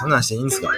そんなんしていいんですか？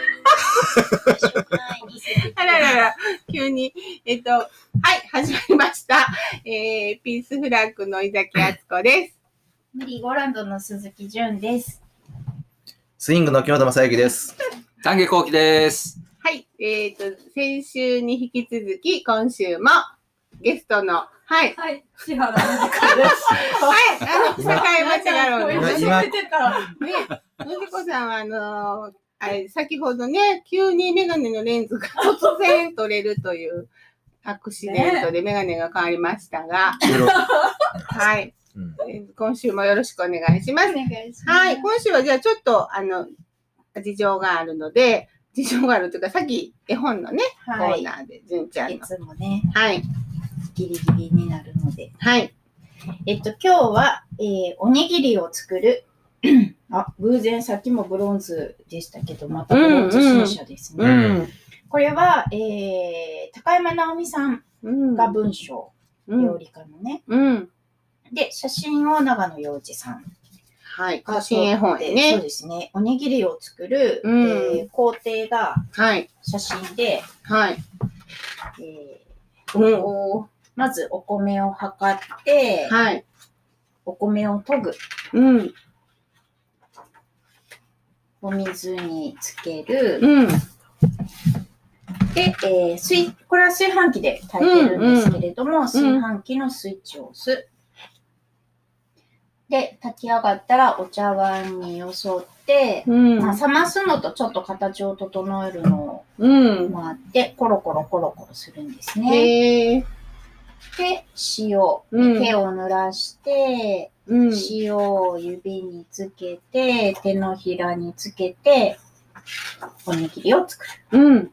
あららら、急に。はい、始まりました。ピースフラッグの井崎敦子です。 メリーゴーランドの鈴木純です。 スイングの木本正幸です。 丹下幸喜です。 はい、先週に引き続き、今週もゲストの、はい。 はい、千原美香です。 はい、境町がろう今ね、のじこさんは先ほどね、急にメガネのレンズが突然取れるというアクシデントでメガネが変わりましたが、はい、今週もよろしくお願いします。はい、今週はじゃあちょっと事情があるので、事情があるというか、さっき絵本のね、コーナーで、純ちゃんの。 いつもね、 はい。 ギリギリになるので。 はい。 今日は、おにぎりを作る。偶然さっきもブロンズでしたけど、またブロンズ新社ですね。これは、高山直美さんが文章、料理家のね。で、写真を長野洋二さん。 はい。写真絵本でね。 そうですね。おにぎりを作る、工程が写真で、 はい。 まずお米を測って、 はい。 お米を研ぐ。お水につける。で、これは炊飯器で炊いてるんですけれども、炊飯器のスイッチを押す。で、炊き上がったらお茶碗によそって、冷ますのとちょっと形を整えるのもあって、コロコロするんですね。で、塩、手を濡らして、塩を指につけて、手のひらにつけて、おにぎりを作る。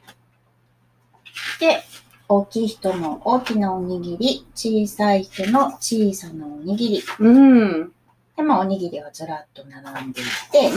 で、大きい人の大きなおにぎり、小さい人の小さなおにぎり。で、おにぎりはずらっと並んでいて、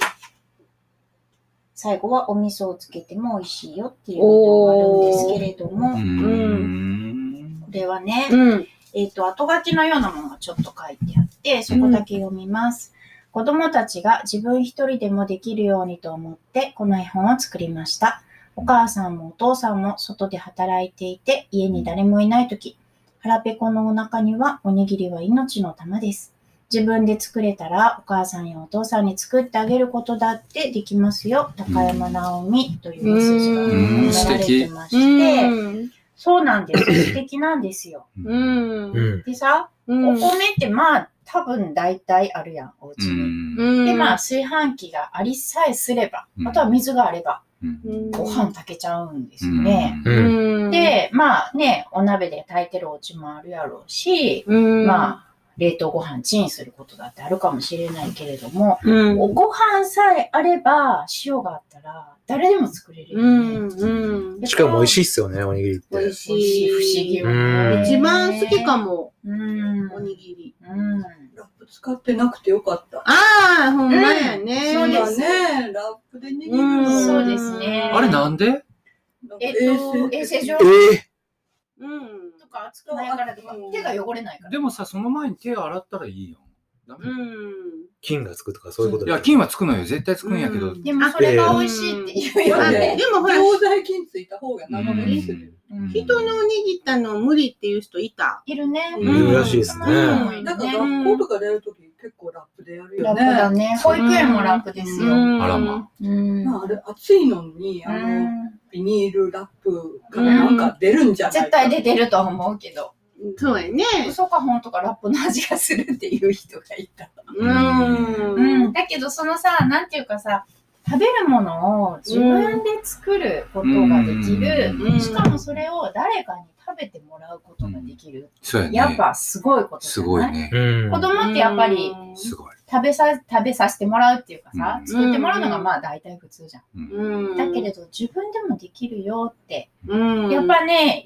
最後はお味噌をつけても美味しいよっていうので終わるんですけれども、これはね、後書きのようなものがちょっと書いてあって、そこだけ読みます。子供たちが自分一人でもできるようにと思って、この絵本を作りました。お母さんもお父さんも外で働いていて、家に誰もいないとき、腹ペコのお腹にはおにぎりは命の玉です。自分で作れたらお母さんやお父さんに作ってあげることだってできますよ。高山直美というメッセージが込められてまして、そうなんです。素敵なんですよ。でさ、お米って多分大体あるやん、お家に。で、炊飯器がありさえすれば、あとは水があれば、ご飯炊けちゃうんですよね。で、お鍋で炊いてるお家もあるやろうし、冷凍ご飯チンすることだってあるかもしれないけれども、ご飯さえあれば、塩があったら、誰でも作れるよね。 しかも美味しいっすよね、おにぎりって。 美味しい。不思議よね。一番好きかも。おにぎり。 ラップ使ってなくてよかった。 ほんまやね。 そうですね。ラップで握る。 そうですね。 あれなんで？ 衛生上。とか熱くないからとか、手が汚れないから。 でもさ、その前に手洗ったらいいよ。 菌がつくとかそういうこと。 いや、菌はつくのよ。絶対つくんやけど。 でもそれが美味しいって言うよね。 でもほら、 溶剤菌ついた方が長持ちする。 人の握ったの無理っていう人いた。 いるね。 いるらしいですね。 なんか学校とかでやるとき結構ラップでやるよね。 ラップだね。保育園もラップですよ。 あらま。 あれ暑いのに、ビニールラップからなんか出るんじゃないか。 絶対出てると思うけど。 そうやね。 嘘か本とかラップの味がするっていう人がいた。だけどそのさ、なんていうかさ、食べるものを自分で作ることができる。しかもそれを誰かに食べてもらうことができる。やっぱすごいことじゃない？ すごいね。 子供ってやっぱり食べさせてもらうっていうかさ、作ってもらうのが大体普通じゃん。だけれど自分でもできるよって。やっぱね、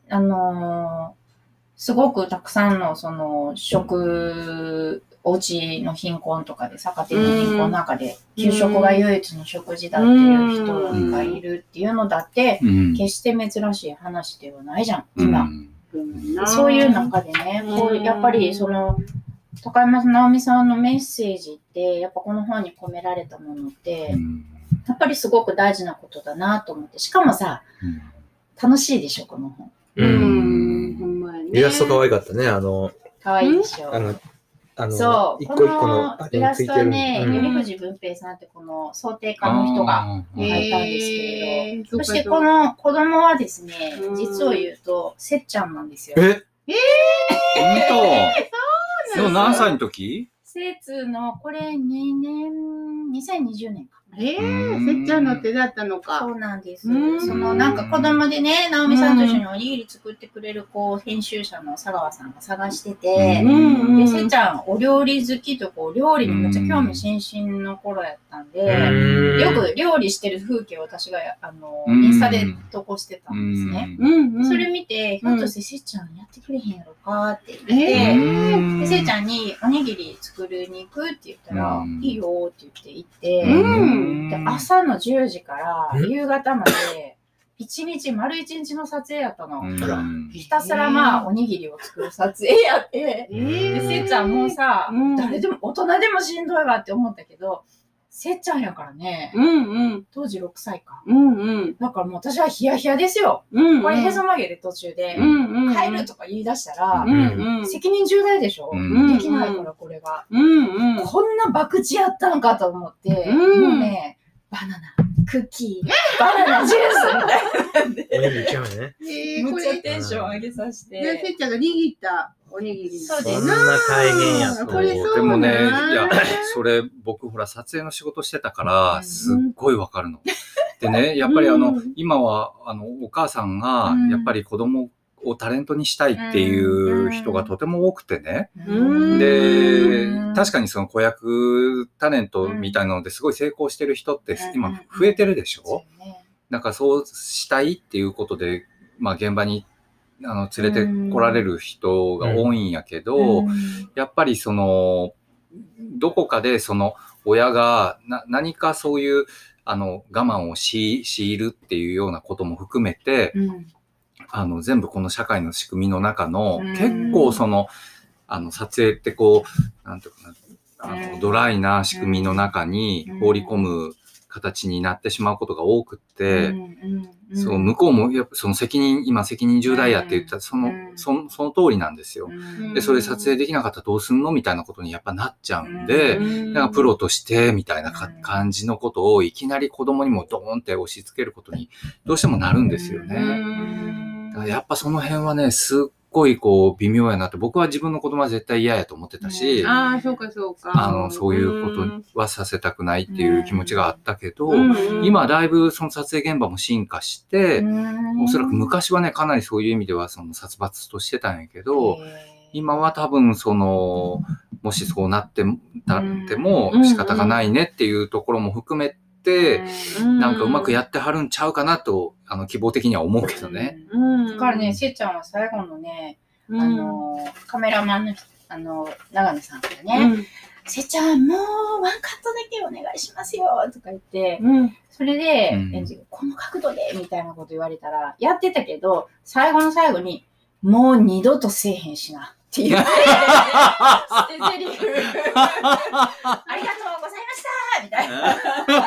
すごくたくさんのそのお家の貧困とかでさ、家庭の貧困の中で給食が唯一の食事だっていう人がいるっていうのだって、決して珍しい話ではないじゃん、今。そういう中でね、やっぱりその高山直美さんのメッセージって、やっぱこの本に込められたものって、 やっぱりすごく大事なことだなと思って。しかもさ、楽しいでしょ、この本。 ほんまやね。 イラスト可愛かったね。 かわいいでしょ。そう、 一個一個こののイラストはね、 うん頼藤文平さんってこの想定家の人が書いたんですけれど、そしてそこの子供はですねう、ん実を言うと、せっちゃんなんですよ。 え本当？でも何歳の時？ せつの、これ2020年か。 せっちゃんの手だったのか。 そうなんです。 うんそのなんか子供でね、直美さんと一緒におにぎり作ってくれる編集者の佐川さんが探してて、で、せっちゃんお料理好きと料理にめっちゃ興味津々の頃やったんで、よく料理してる風景を私がインスタで投稿してたんですね。それ見て、ひょっとしてせっちゃんやってくれへんやろかって言って、でせっちゃんにおにぎり作りに行くって言ったら、いいよって言って行って、で朝の10時から夕方まで丸一日の撮影やったの。ひたすらおにぎりを作る撮影やって、でせっちゃんもさ、誰でも大人でもしんどいわって思ったけど、せっちゃんやからね、当時6歳か。だからもう私はヒヤヒヤですよ。これへそ曲げで途中で、帰るとか言い出したら、責任重大でしょ、できないからこれが。こんな博打やったのかと思って、もうね、バナナ、クッキー、バナナジュースみたいなんで。 おにぎりちゃうね。 むっちゃテンション上げさせて。 で、せっちゃんが握ったおにぎり。 そうです。 そんな大変やった。 これそうでもね、いなや、それ僕ほら撮影の仕事してたから、すっごいわかるの。でね、やっぱり今はお母さんが、やっぱり子供をタレントにしたいっていう人がとても多くてね。で、確かにその子役タレントみたいなのですごい成功してる人って今増えてるでしょ？なんかそうしたいっていうことで、現場に連れて来られる人が多いんやけど、やっぱりどこかで親が何かそういう我慢を強いるっていうようなことも含めて、全部この社会の仕組みの中の、結構撮影ってなんていうかな、ドライな仕組みの中に放り込む形になってしまうことが多くって、向こうもやっぱ今責任重大やって言ったらその通りなんですよ。で、それ撮影できなかったらどうすんのみたいなことにやっぱなっちゃうんで、なんかプロとしてみたいな感じのことをいきなり子供にもドーンって押し付けることにどうしてもなるんですよね。だからやっぱその辺はね、すっごい微妙やなって、僕は自分の子供は絶対嫌やと思ってたし、 そうかそうか。 そういうことはさせたくないっていう気持ちがあったけど、今だいぶその撮影現場も進化して、おそらく昔はね、かなりそういう意味では殺伐としてたんやけど、今は多分もしそうなっても仕方がないねっていうところも含めて、なんかうまくやってはるんちゃうかなと、希望的には思うけどね。 だからね、せっちゃんは最後のね、カメラマンの長野さんからね、せっちゃんもうワンカットだけお願いしますよとか言って、それで、この角度でみたいなこと言われたら、やってたけど、最後の最後に、もう二度とせえへんしなって言って、捨て台詞。ありがとうございましたみたいな。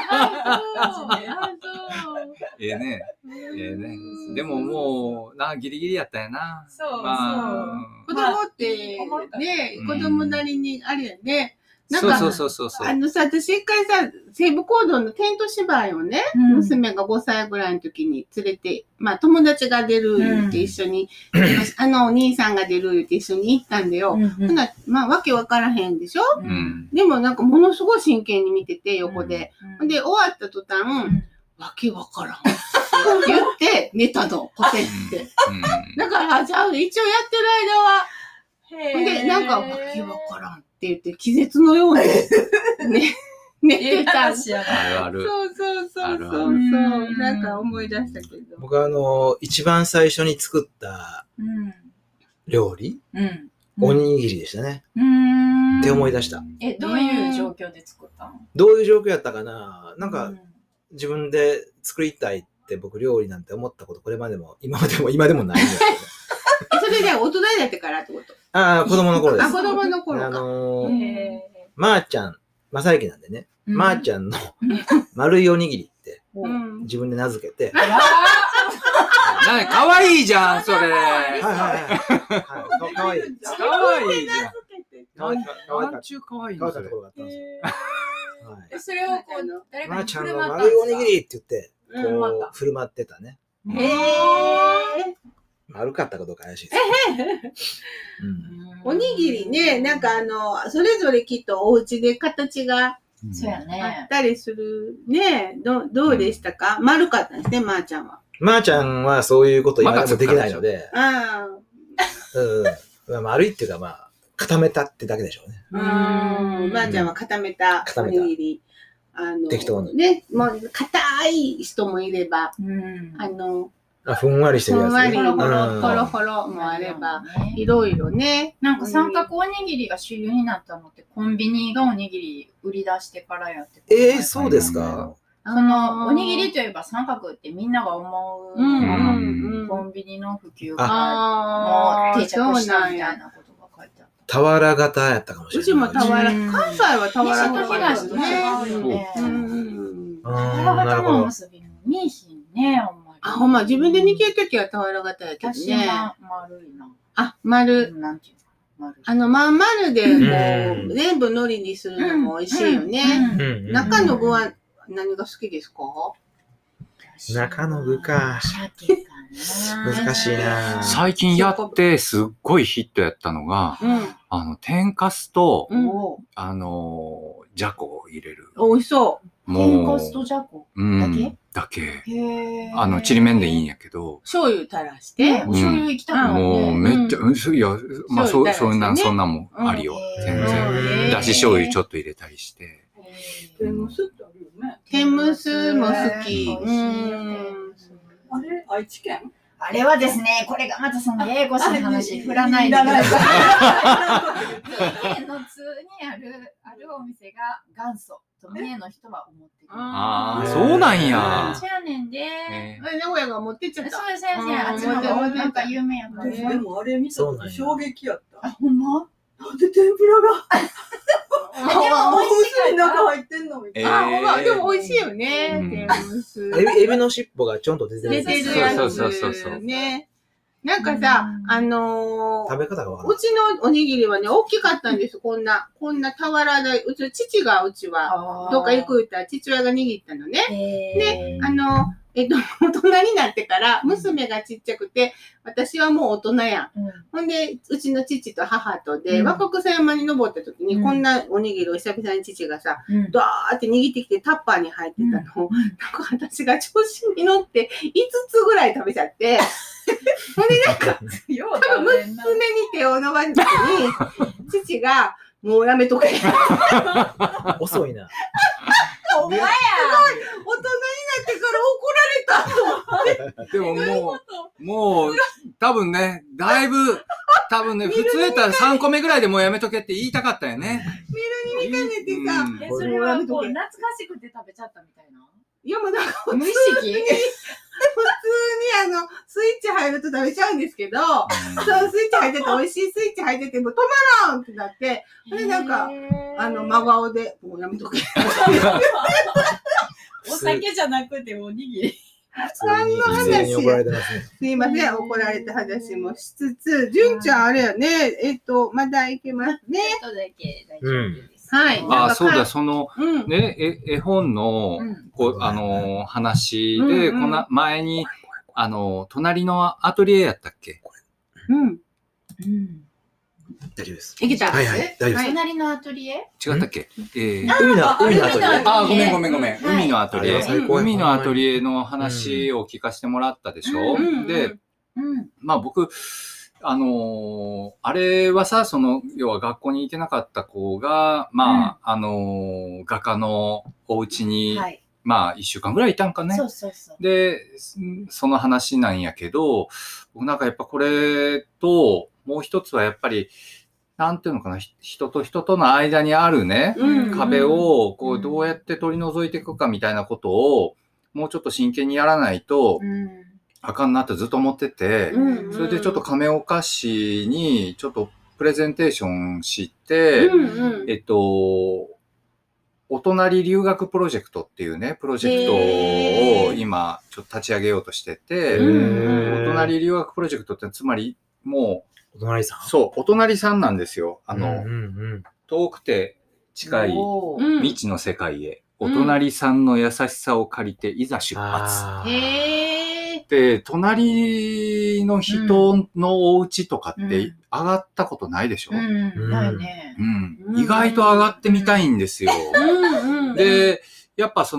ええね。でももう、ギリギリやったやな。 そう。 子供って、ね、子供なりに、あれやね。なんか、 そう。 私一回西部講堂のテント芝居をね、娘が5歳ぐらいの時に連れて、友達が出るって一緒に、お兄さんが出るって一緒に行ったんだよ。わけわからへんでしょ？でもなんかものすごい真剣に見てて、横で。で、終わった途端、わけわからん。って言って寝たの、ポテって。だから、じゃあ一応やってる間は、で、なんかわけわからんって言って、気絶のように、寝てた。 あるある。 そう。なんか思い出したけど。 僕は一番最初に作った料理、おにぎりでしたね。って思い出した。 どういう状況で作ったの？ どういう状況やったかな？なんか、自分で作りたいって僕料理なんて思ったこと今でもないんだよね。 それで大人になってからってこと？ 子供の頃です。 子供の頃か。 まーちゃんっ正行なんでね、まーちゃんの丸いおにぎりって自分で名付けて。 かわいいじゃん、それ。 はいはいはい。かわいい。 かわいいじゃん。 かわいい。 なんちゅうかわいいかわのそれ。 いかったところがあったんですよ。 それをこう、誰かにまーちゃん振る舞ったんの丸いおですかにぎりって言って、こう、振る舞ってたね。丸かったかどうか怪しいです。 おにぎりね、なんかそれぞれきっとお家で形がそうやあねっ。たりするね。どうでしたか？丸かったんですね、まーちゃんは。 まーちゃんはそういうこと今でもできないので、丸いっていうかまあ、固めたってだけでしょうね。 まーちゃんは固めたおにぎり。 適当に。 ね、もう硬い人もいれば、 ふんわりしてるやつ。 ふんわり、ほろほろもあれば、いろいろね。 なんか三角おにぎりが主流になったのってコンビニがおにぎり売り出してからやって。 そうですか。 そのおにぎりといえば三角ってみんなが思うコンビニの普及がもう定着したみたいなことが書いてあった。 俵型やったかもしれない。 うちも俵、関西は俵型東と違うよね。俵型のおむすびも見えしんね、 ほんま、自分で握るときは俵型やけどね。 丸いな。 丸。 なんていうの？ まん丸で、こう、全部海苔にするのも美味しいよね。中の具は何が好きですか？ 中の具か。難しいな。 最近やってすっごいヒットやったのが、天かすと、じゃこを入れる。 美味しそう。 天かすとじゃこだけ。ちりめんでいいんやけど。 醤油垂らして。 醤油行きたくなる。 もうめっちゃ、いや、まあそんなもんあるよ。全然。だし醤油ちょっと入れたりして。 天むすってあるよね。 天むすも好き。 あれ愛知県？ あれはですね、これがまたそのややこしい話、振らないでください。三重の通にあるお店が元祖と三重の人は思ってる。 そうなんや。 そうやねんで。 名古屋が持ってっちゃった。 そうです、そうです。あっちの方がなんか有名やから。 でもあれ見た時衝撃やった。 ほんま？ なんで天ぷらがおむすびの中入ってんのみたいな。 でも美味しいよね。天むす。 エビの尻尾がちょんと出てる。 出てるやつ。ね。なんかさ、 食べ方がわかる。 うちのおにぎりはね、大きかったんです。こんな俵で、うちの父が、うちは、どっか行く言ったら父親が握ったのね。で、大人になってから、娘がちっちゃくて、私はもう大人やん。ほんで、うちの父と母とで、若草山に登った時に、こんなおにぎりを久々に父がさ、ドーって握ってきてタッパーに入ってたのを、なんか私が調子に乗って5つぐらい食べちゃって、ほんでなんか、多分娘に手を伸ばす時に、父が、もうやめとけ。 遅いな。 お前や。 大人になってから怒られたと思って。 でももう、多分ね、だいぶ、普通やったら3個目ぐらいでもうやめとけって言いたかったよね。 メールに見かねてさ、 それはもう懐かしくて食べちゃったみたいな。 いやもうなんか無意識スイッチ入ると食べちゃうんですけど、そうスイッチ入ってて美味しいスイッチ入っててもう止まらんってなって、でなんか真顔でもうやめとけ。 お酒じゃなくておにぎり。 何の話？すいません、怒られた話もしつつ、純ちゃんあれやね、まだいけますね。 ちょっとだけ大丈夫です。 はい。 そうだ、その、ね、絵本の、話で、前に、隣のアトリエやったっけ？ 大丈夫です。 いけた。 はいはい、大丈夫です。 隣のアトリエ？ 違ったっけ？ 海のアトリエ。 ごめん。海のアトリエ。海のアトリエの話を聞かせてもらったでしょ？で、まあ僕、あれはさ、要は学校に行けなかった子が、まあ、画家のお家に、まあ、1週間ぐらいいたんかね。で、その話なんやけど、僕なんかやっぱこれと、もう一つはやっぱり、なんていうのかな、人と人との間にあるね、壁を、こう、どうやって取り除いていくかみたいなことを、もうちょっと真剣にやらないと、あかんなってずっと思ってて、それでちょっと亀岡市にちょっとプレゼンテーションして、 お隣留学プロジェクトっていうね、プロジェクトを今、ちょっと立ち上げようとしてて、お隣留学プロジェクトってつまり、もう、お隣さん？ そう、お隣さんなんですよ。遠くて近い未知の世界へ、お隣さんの優しさを借りて、いざ出発。で、隣の人のお家とかって上がったことないでしょ？ ないね。 意外と上がってみたいんですよ。で、やっぱ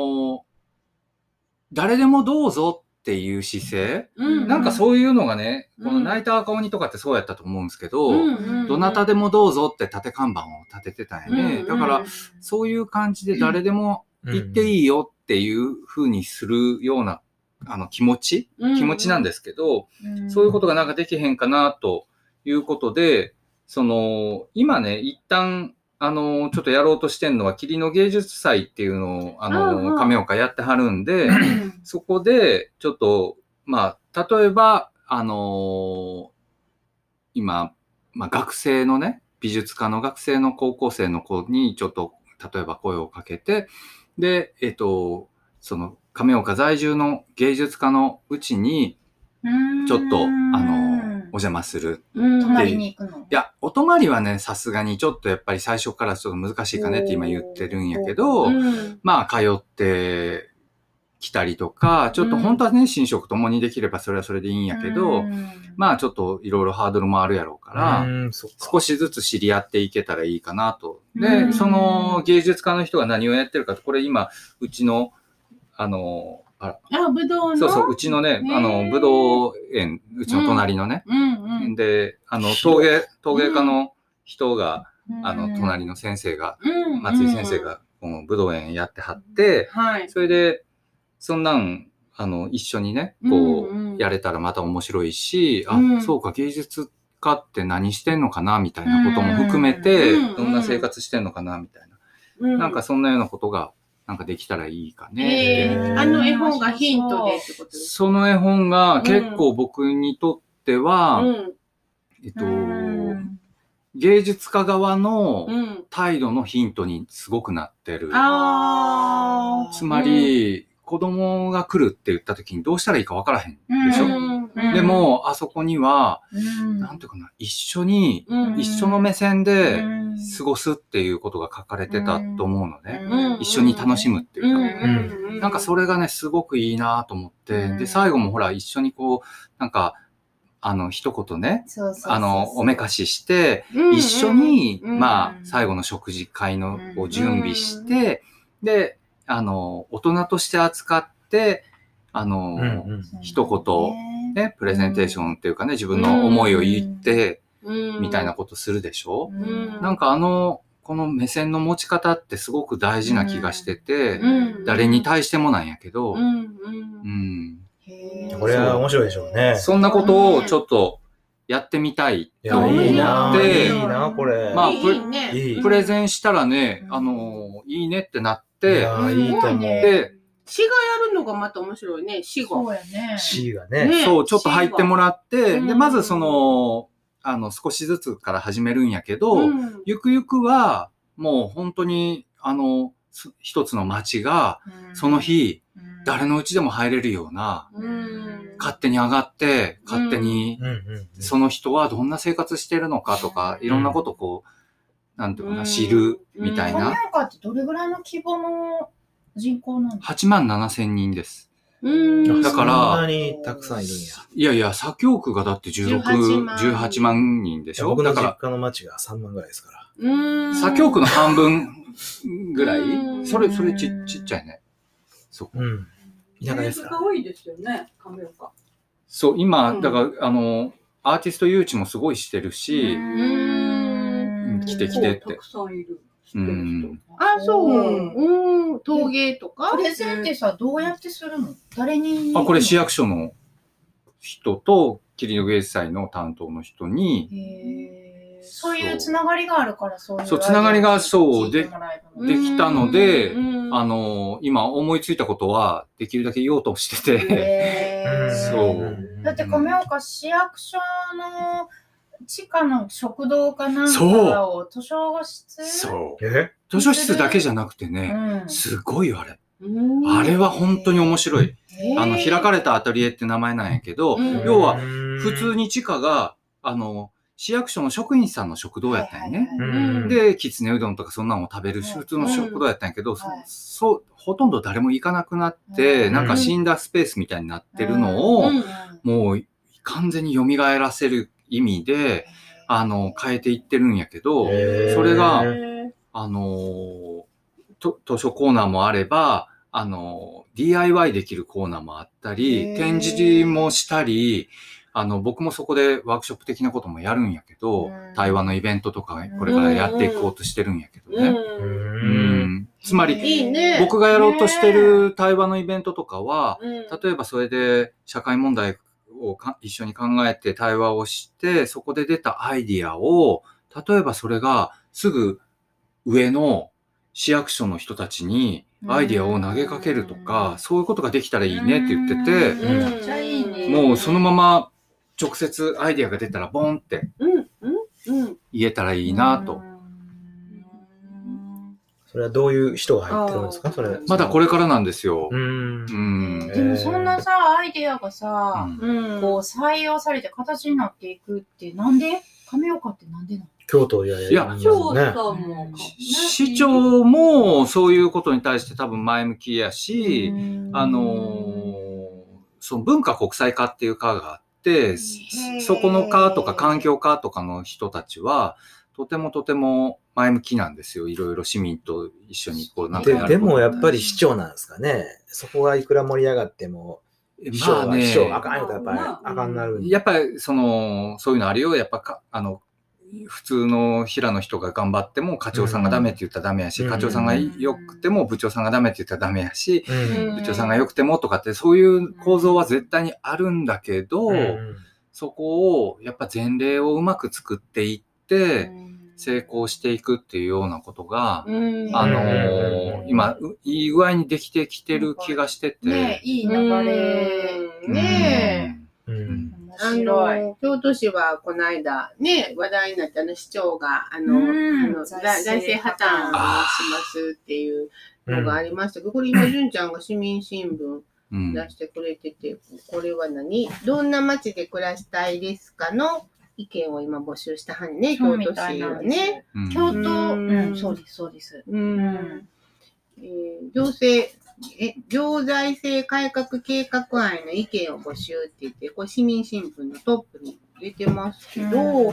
誰でもどうぞっていう姿勢、なんかそういうのがね、この泣いた赤鬼とかってそうやったと思うんですけど、どなたでもどうぞって縦看板を立ててたんやね。だから、そういう感じで誰でも行っていいよっていう風にするような気持ちなんですけど、そういうことがなんかできへんかなということで、今ね、一旦、ちょっとやろうとしてんのは、霧の芸術祭っていうのを、亀岡やってはるんで、そこで、ちょっと、まあ、例えば、今、まあ、学生のね、美術科の学生の高校生の子に、ちょっと、例えば声をかけて、で、亀岡在住の芸術家のうちに、ちょっと、お邪魔する。 泊まりに行くの？ いや、お泊まりはね、さすがにちょっとやっぱり最初からちょっと難しいかねって今言ってるんやけど、まあ、通ってきたりとか、ちょっと本当はね、寝食共にできればそれはそれでいいんやけど、まあ、ちょっといろいろハードルもあるやろうから、少しずつ知り合っていけたらいいかなと。で、その芸術家の人が何をやってるか、これ今、うちの、 ぶどうの？ そうそう、うちのね、ぶどう園、うちの隣のね。で、陶芸家の人が、隣の先生が、松井先生が、このぶどう園やってはって、それで、そんなん、一緒にね、こう、やれたらまた面白いし、そうか、芸術家って何してんのかな、みたいなことも含めて、どんな生活してんのかな、みたいな。なんかそんなようなことが、なんかできたらいいかね。 絵本がヒントでってことですか？ その絵本が結構僕にとっては、芸術家側の態度のヒントにすごくなってる。つまり、子供が来るって言った時にどうしたらいいかわからへんでしょ？でも、あそこには、なんていうかな、一緒の目線で過ごすっていうことが書かれてたと思うのね。一緒に楽しむっていうか。なんかそれがね、すごくいいなと思って、で、最後もほら、一緒にこう、なんか、一言ね、おめかしして、一緒に、まあ、最後の食事会を準備して、で、大人として扱って、一言、ね、プレゼンテーションっていうかね、自分の思いを言って、みたいなことするでしょ？なんかこの目線の持ち方ってすごく大事な気がしてて、誰に対してもなんやけど、 これは面白いでしょうね。 そんなことをちょっとやってみたいと思って、いいな、これ。 まあ、プレゼンしたらね、いいねってなって、 いいと思う。 で、 詩がやるのがまた面白いね、詩が。 そうやね。 詩がね。 そう、ちょっと入ってもらって、で、まず少しずつから始めるんやけど、ゆくゆくは、もう本当に、一つの街が、その日、誰のうちでも入れるような、勝手に上がって、勝手に、その人はどんな生活してるのかとか、いろんなことこう、なんていうかな、知るみたいな。 富岡ってどれぐらいの規模の人口なの ？87,000人です。だから、 そんなにたくさんいるんや。 いやいや、左京区がだって18万人でしょ？ 僕の実家の町が3万ぐらいですから。 左京区の半分ぐらい？それちっちゃいね。そう。 田舎ですから。 多いですよね、亀岡。 そう、今、だから、アーティスト誘致もすごいしてるし、来てって。 たくさんいる。 そう。陶芸とか？ プレゼンってさ、どうやってするの？誰に？ これ市役所の人と、霧の芸術祭の担当の人に、 そういうつながりがあるから、そういう。 そう、つながりがそうできたので、今思いついたことはできるだけ言おうとしてて、そう。 だって亀岡市役所の地下の食堂かなんかを図書室？ そう。図書室だけじゃなくてね、すごいよ、あれ。あれは本当に面白い。開かれたアトリエって名前なんやけど、要は、普通に地下が、市役所の職員さんの食堂やったんやね。で、きつねうどんとかそんなのを食べる普通の食堂やったんやけど、ほとんど誰も行かなくなって、なんか死んだスペースみたいになってるのを、もう完全に蘇らせる意味で、変えていってるんやけど、それが、図書コーナーもあれば、DIY できるコーナーもあったり、展示もしたり、僕もそこでワークショップ的なこともやるんやけど、対話のイベントとかこれからやっていこうとしてるんやけどね。つまり、僕がやろうとしてる対話のイベントとかは、例えばそれで社会問題を一緒に考えて対話をして、そこで出たアイディアを、例えばそれがすぐ上の市役所の人たちにアイディアを投げかけるとか、そういうことができたらいいねって言ってて、もうそのまま直接アイディアが出たらボンって言えたらいいなと。 それはどういう人が入ってるんですか？それまだこれからなんですよ。 でもそんなさ、アイディアがさ、こう採用されて形になっていくってなんで？亀岡ってなんでなの？ 京都市長もそういうことに対して多分前向きやし、その文化国際課っていう課があって、そこの課とか環境課とかの人たちは、とても前向きなんですよ。いろいろ市民と一緒にこうなんかやること。 でもやっぱり市長なんですかね。そこがいくら盛り上がっても、市長があかんよとやっぱりあかんなる。 やっぱりそういうのあるよ。やっぱ普通の平の人が頑張っても課長さんがダメって言ったらダメやし、課長さんが良くても部長さんがダメって言ったらダメやし、部長さんが良くてもとかってそういう構造は絶対にあるんだけど、そこをやっぱ前例をうまく作っていって成功していくっていうようなことが、今いい具合にできてきてる気がしてて。 ね、いい流れ。ねえ。 京都市はこの間ね、話題になった市長が、財政破綻をしますっていうのがありましたけど、これ今、純ちゃんが市民新聞出してくれてて、これはどんな街で暮らしたいですかの意見を今募集したはんね、京都市はね。 京都、そうです。 行財政改革計画案への意見を募集って言って、これ市民新聞のトップに出てますけど、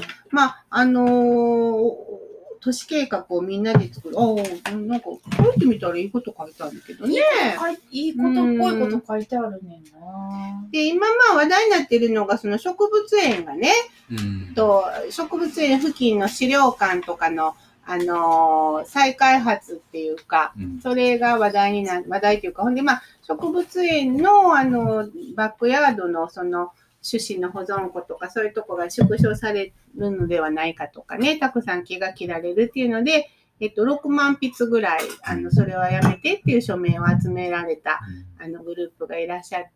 都市計画をみんなで作る。なんか、書いてみたらいいこと書いてあるけどね。 いいことっぽいこと書いてあるねんな。 で、今話題になってるのが、その植物園がね、植物園付近の資料館とかの、再開発っていうか、それが話題というか、ほんで、植物園の、バックヤードの、種子の保存庫とか、そういうとこが縮小されるのではないかとかね、たくさん木が切られるっていうので、6万筆ぐらい、それはやめてっていう署名を集められた、グループがいらっしゃって、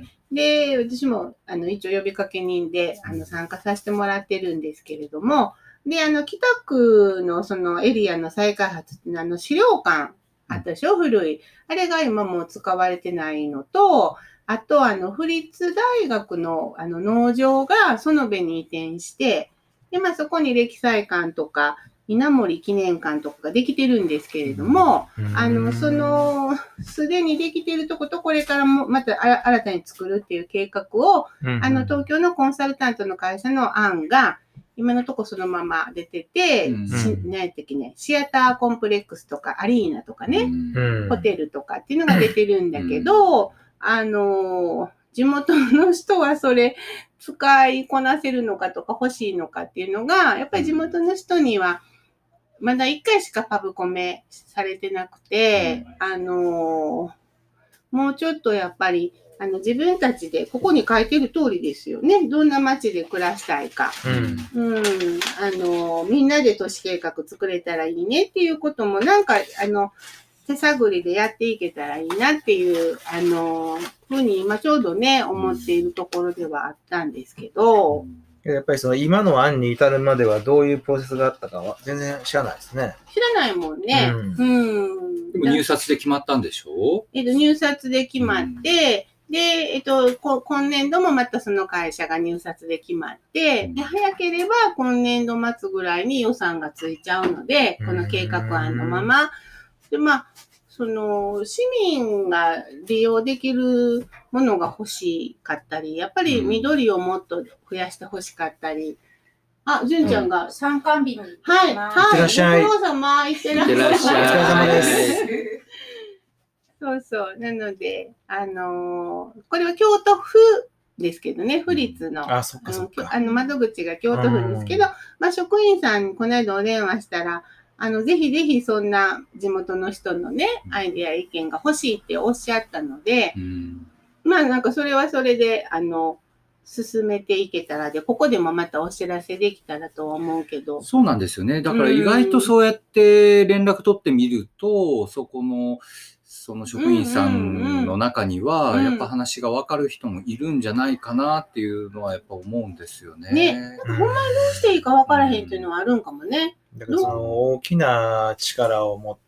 で、私も、一応呼びかけ人で、参加させてもらってるんですけれども、で、北区のそのエリアの再開発っていうのは、資料館あったでしょ、古い。あれが今もう使われてないのと、あと、府立大学の、農場が園部に移転して、で、そこに歴祭館とか、稲森記念館とかができてるんですけれども、すでにできてるとことこれからもまた新たに作るっていう計画を、東京のコンサルタントの会社の案が、今のとこそのまま出てて、何やったっけね、シアターコンプレックスとかアリーナとかね、ホテルとかっていうのが出てるんだけど、地元の人はそれ使いこなせるのかとか欲しいのかっていうのが、やっぱり地元の人には、まだ1回しかパブコメされてなくて、もうちょっとやっぱり、自分たちで、ここに書いてる通りですよね。どんな街で暮らしたいか。みんなで都市計画作れたらいいねっていうことも、なんか、手探りでやっていけたらいいなっていう、ふうに今ちょうどね、思っているところではあったんですけど、 やっぱりその今の案に至るまではどういうプロセスがあったかは全然知らないですね。 知らないもんね。 でも入札で決まったんでしょ？ 入札で決まって、で、今年度もまたその会社が入札で決まって、で、早ければ今年度末ぐらいに予算がついちゃうので、この計画案のまま。で、その、市民が利用できるものが欲しかったり、やっぱり緑をもっと増やして欲しかったり。あ、純ちゃんが。 参観日に。 はい。 いってらっしゃい。 ご苦労様、いってらっしゃい。 お疲れ様です。 そうそう。なので、これは京都府ですけどね、府立の。 あ、そっかそっか。 窓口が京都府ですけど、職員さんにこの間お電話したら、ぜひぜひそんな地元の人のね、アイデア意見が欲しいっておっしゃったので、なんかそれはそれで、進めていけたらで、ここでもまたお知らせできたらとは思うけど。 そうなんですよね。だから意外とそうやって連絡取ってみると、その職員さんの中には、やっぱ話が分かる人もいるんじゃないかなっていうのはやっぱ思うんですよね。 ね。ほんまにどうしていいか分からへんっていうのはあるんかもね。 だからその大きな力を持った、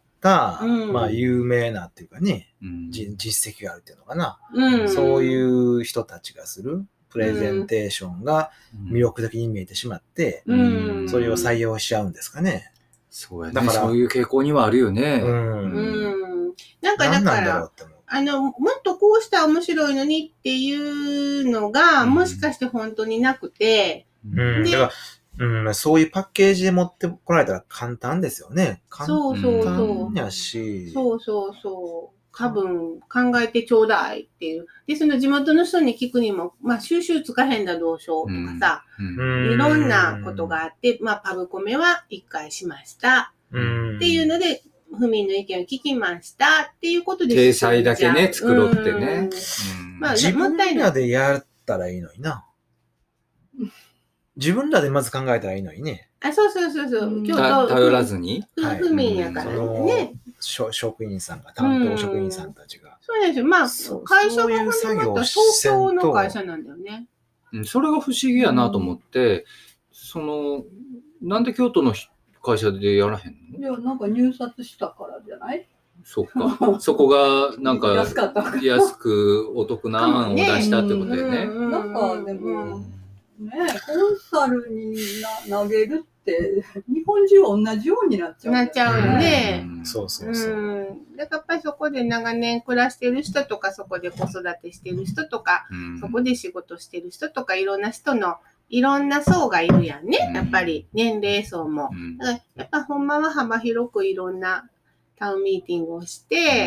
有名なっていうかね、実績があるっていうのかな。そういう人たちがするプレゼンテーションが魅力的に見えてしまって、それを採用しちゃうんですかね。 そうやね。だからそういう傾向にはあるよね。 だから、もっとこうしたら面白いのにっていうのが、もしかして本当になくて。 だからそういうパッケージで持ってこられたら簡単ですよね。簡単やし。 そう。多分考えてちょうだいっていう。で、その地元の人に聞くにも、収集つかへんだどうしようとかさ、いろんなことがあって、パブコメは1回しました。っていうので、府民の意見を聞きましたっていうことで。 掲載だけね、作ろうってね。 自分らでやったらいいのにな。自分らでまず考えたらいいのにね。 そう。 頼らずに府民やからね。 職員さんが、担当職員さんたちが。 そうですよ。会社が東京の会社なんだよね。 それが不思議やなと思って、なんで京都の会社でやらへんの？ いや、なんか入札したからじゃない？ そっか。そこが、なんか、安くお得な案を出したってことだよね。 なんか、でも、コンサルに投げるって、日本中同じようになっちゃう。 なっちゃうよね。 そう。 だからやっぱりそこで長年暮らしてる人とか、そこで子育てしてる人とか、そこで仕事してる人とか、いろんな人の、いろんな層がいるやんね。やっぱり年齢層も。だからやっぱほんまは幅広くいろんなタウンミーティングをして、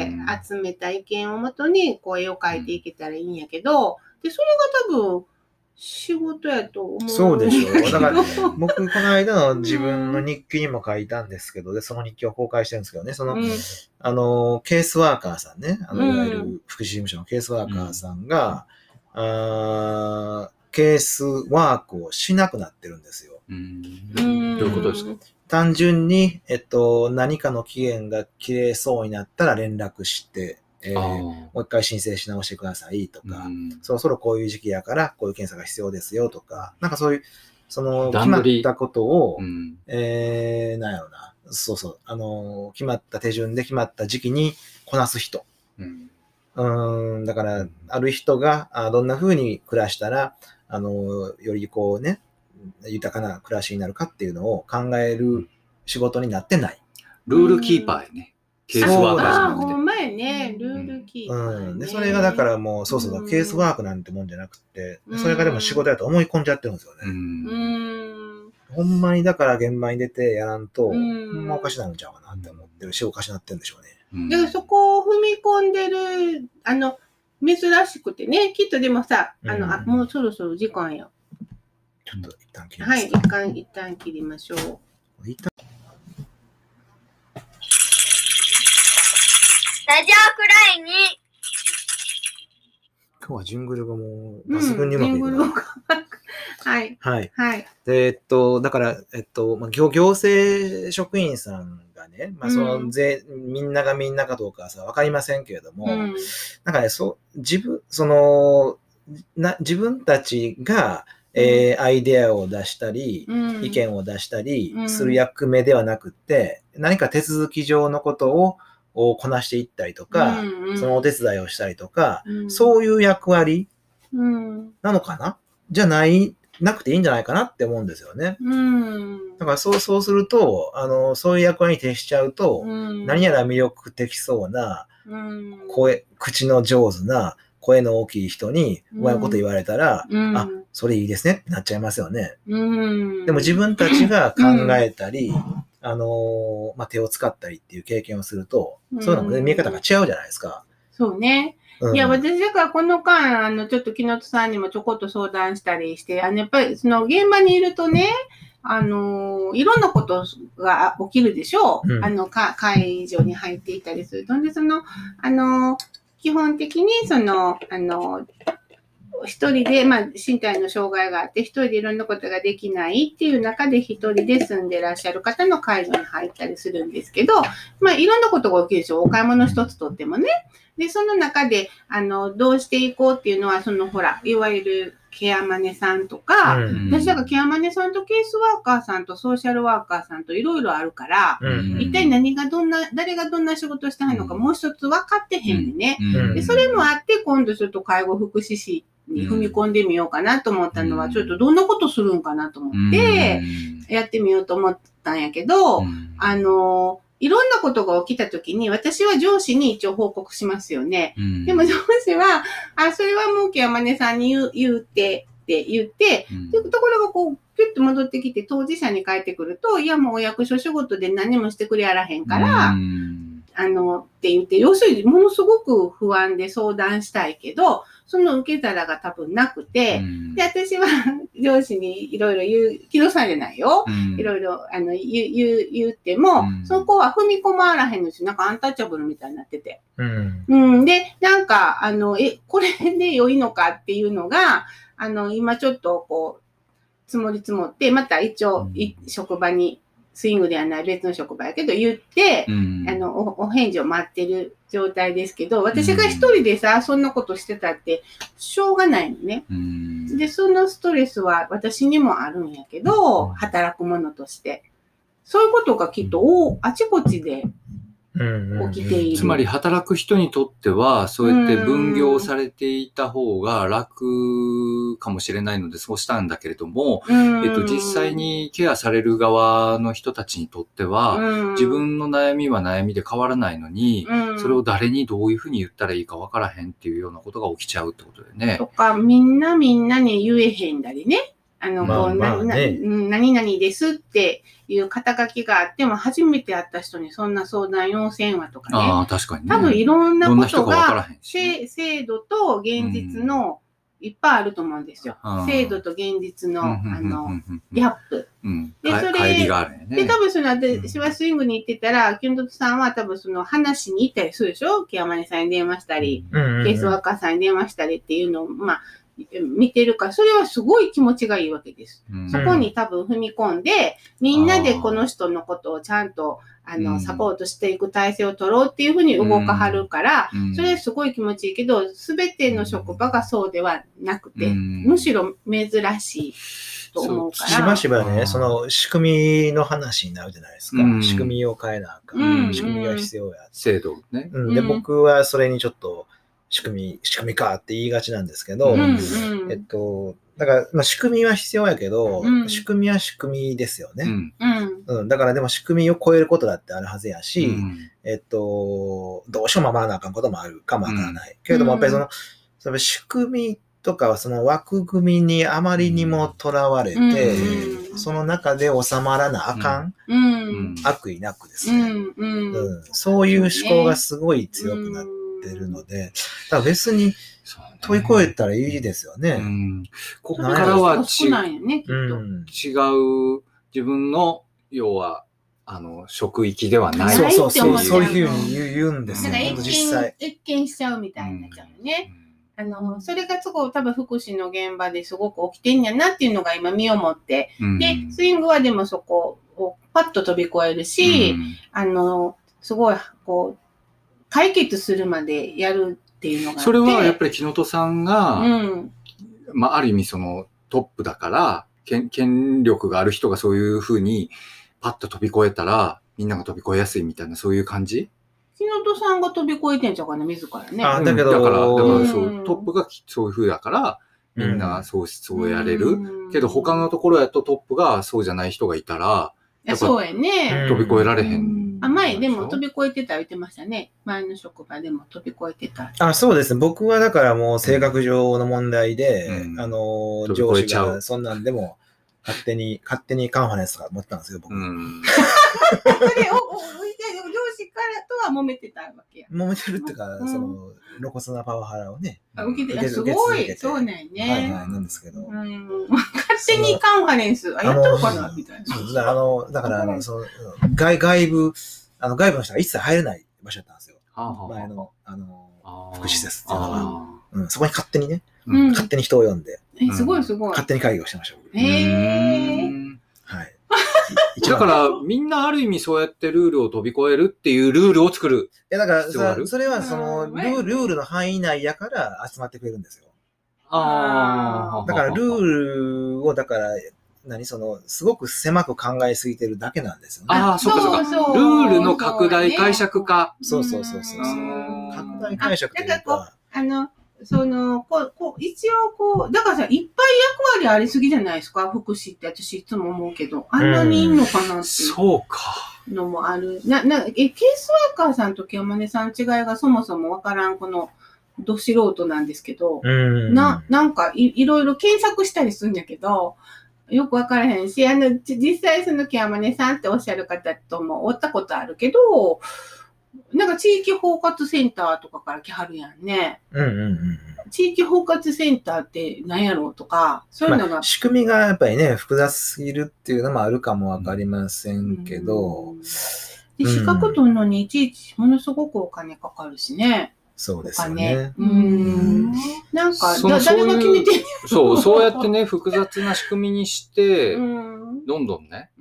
集めた意見をもとに声を書いていけたらいいんやけど、で、それが多分、仕事やと思う。 そうでしょう。だから、僕、この間の自分の日記にも書いたんですけど、で、その日記を公開してるんですけどね、ケースワーカーさんね、いわゆる福祉事務所のケースワーカーさんが、ケースワークをしなくなってるんですよ。 どういうことですか？ 単純に、何かの期限が切れそうになったら連絡して、もう一回申請し直してくださいとか、そろそろこういう時期やからこういう検査が必要ですよとか、なんかそういう、決まったことを、なんやろな、決まった手順で決まった時期にこなす人。だから、ある人がどんな風に暮らしたら、よりこうね、豊かな暮らしになるかっていうのを考える仕事になってない。 ルールキーパーやね。ケースワーカーじゃなくて。 ほんまやね。ルールキーパー、 で、それがだからもう、ケースワークなんてもんじゃなくて、それがでも仕事やと思い込んじゃってるんですよね。ほんまにだから現場に出てやらんと、ほんまおかしなるんちゃうかなって思ってるし、おかしなってるんでしょうね。 だからそこを踏み込んでる、珍しくてね、きっとでもさ、もうそろそろ時間や。 ちょっと一旦切りますか。 はい、一旦切りましょう。 ラジオくらいに。 今日はジングルがもう抜群にうまくいくな。 はい。 で、だから、行政職員さんがね、みんながみんなかどうかはさ、わかりませんけれども、なんかね、自分たちが、 アイデアを出したり、意見を出したりする役目ではなくって、何か手続き上のことをこなしていったりとか、そのお手伝いをしたりとか、そういう役割なのかな、じゃなくていいんじゃないかなって思うんですよね。だからそうすると、そういう役割に徹しちゃうと、何やら魅力的そうな、口の上手な、声の大きい人にうまいこと言われたら、あ、それいいですねってなっちゃいますよね。でも自分たちが考えたり、手を使ったりっていう経験をすると、そういうのもね、見え方が違うじゃないですか。 そうね。いや、私だからこの間、ちょっと木本さんにもちょこっと相談したりして、やっぱりその現場にいるとね、いろんなことが起きるでしょう。会場に入っていたりすると。で、基本的に一人で、身体の障害があって、一人でいろんなことができないっていう中で一人で住んでらっしゃる方の介護に入ったりするんですけど、いろんなことが起きるでしょ。お買い物一つとってもね。で、その中で、どうしていこうっていうのは、いわゆるケアマネさんとか、私だからケアマネさんとケースワーカーさんとソーシャルワーカーさんといろいろあるから、一体誰がどんな仕事をしてはるのかもう一つ分かってへんね。で、それもあって、今度ちょっと介護福祉士に踏み込んでみようかなと思ったのは、ちょっとどんなことするんかなと思って、やってみようと思ったんやけど、いろんなことが起きたときに、私は上司に一応報告しますよね。でも上司は、それはもうケアマネさんに言ってって言って、ところがピュッと戻ってきて当事者に帰ってくると、いやもうお役所仕事で何もしてくれやらへんから、って言って、要するにものすごく不安で相談したいけど、その受け皿が多分なくて、で、私は上司にいろいろ言う、木戸さんじゃないよ。いろいろ言っても、そこは踏み込まらへんのし、なんかアンタッチャブルみたいになってて。で、なんか、これで良いのかっていうのが、今ちょっと積もり積もって、また一応、職場に、スイングではない別の職場やけど言って、お返事を待ってる状態ですけど、私が一人でさ、そんなことしてたって、しょうがないのね。で、そのストレスは私にもあるんやけど、働くものとして。そういうことがきっと、あちこちで起きている。 つまり働く人にとっては、そうやって分業されていた方が楽かもしれないので、そうしたんだけれども、実際にケアされる側の人たちにとっては、自分の悩みは悩みで変わらないのに、それを誰にどういうふうに言ったらいいかわからへんっていうようなことが起きちゃうってことだよね。 とか、みんなに言えへんだりね。何々ですっていう肩書きがあっても、初めて会った人にそんな相談要請はとかね。 確かにね。 多分いろんなことが、制度と現実のいっぱいあると思うんですよ。制度と現実の、ギャップ。 で、それ、 があるよね。で、多分私はスイングに行ってたら、キュンドトさんは多分話に行ったりするでしょ？ケアマネさんに電話したり、ケースワーカーさんに電話したりっていうのを、見てるから、それはすごい気持ちがいいわけです。そこに多分踏み込んで、みんなでこの人のことをちゃんと、サポートしていく体制を取ろうっていうふうに動かはるから、それはすごい気持ちいいけど、すべての職場がそうではなくて、むしろ珍しいと思うから。 しばしばね、その仕組みの話になるじゃないですか。仕組みを変えなあかん。仕組みが必要や。 制度ね。 で、僕はそれにちょっと、仕組みかって言いがちなんですけど、だから、仕組みは必要やけど、仕組みは仕組みですよね。だからでも仕組みを超えることだってあるはずやし、どうしようも守らなあかんこともあるかもわからない。けれども、やっぱりその仕組みとかはその枠組みにあまりにもとらわれて、その中で収まらなあかん、悪意なくですね、そういう思考がすごい強くなってるので、だから別に飛び越えたらいいですよね。 ここからは違う自分の要は職域ではない。 そういうふうに言うんですよ。 実際一見しちゃうみたいになっちゃうね。それがすごい多分福祉の現場ですごく起きてんやなっていうのが今身をもって、でスイングはでもそこをパッと飛び越えるし、すごい解決するまでやるっていうのがあって。 それはやっぱり木本さんが、ある意味トップだから、権力がある人がそういうふうにパッと飛び越えたら、みんなが飛び越えやすいみたいな、そういう感じ？ 木本さんが飛び越えてんちゃうかな、自らね。 だけど、 だからそう、トップがそういうふうだから、みんなそうやれる。けど他のところやとトップがそうじゃない人がいたら、 そうやね。 飛び越えられへん。 前でも飛び越えてた言ってましたね。前の職場でも飛び越えてた。 そうですね。僕はだからもう性格上の問題で、上司がそんなんでも勝手にカンファレンスとか持ってたんですよ、僕。それを上司からとは揉めてたわけや。 揉めてるっていうか、露骨なパワハラをね。 受けて、すごい、そうなんやね。 なんですけど。 勝手にカンファレンス、やったのかなみたいな。 だから、外部の人が一切入れない場所だったんですよ。前の、福祉施設っていうのは。そこに勝手にね、勝手に人を呼んで。 すごいすごい。 勝手に会議をしてました。はい。 だから、みんなある意味そうやってルールを飛び越えるっていうルールを作る。 だから、それはその、ルールの範囲内やから集まってくれるんですよ。だから、ルールを、すごく狭く考えすぎてるだけなんですよね。 そうかそうか。ルールの拡大解釈化。 そう。拡大解釈というか。 一応だからさ、いっぱい役割ありすぎじゃないですか、福祉って私いつも思うけど、あんなにいいのかなっていうのもある。ケースワーカーさんとケオマネさん違いがそもそもわからん、この、ど素人なんですけど、なんかいろいろ検索したりするんやけど、よくわからへんし、実際そのケオマネさんっておっしゃる方ともおったことあるけど、なんか地域包括センターとかから来はるやんね。地域包括センターって何やろうとか、そういうのが。 仕組みがやっぱりね、複雑すぎるっていうのもあるかもわかりませんけど。 資格取るのにいちいちものすごくお金かかるしね。 そうですよね。 なんか、誰が決めてんの？そうやってね、複雑な仕組みにして、どんどんね、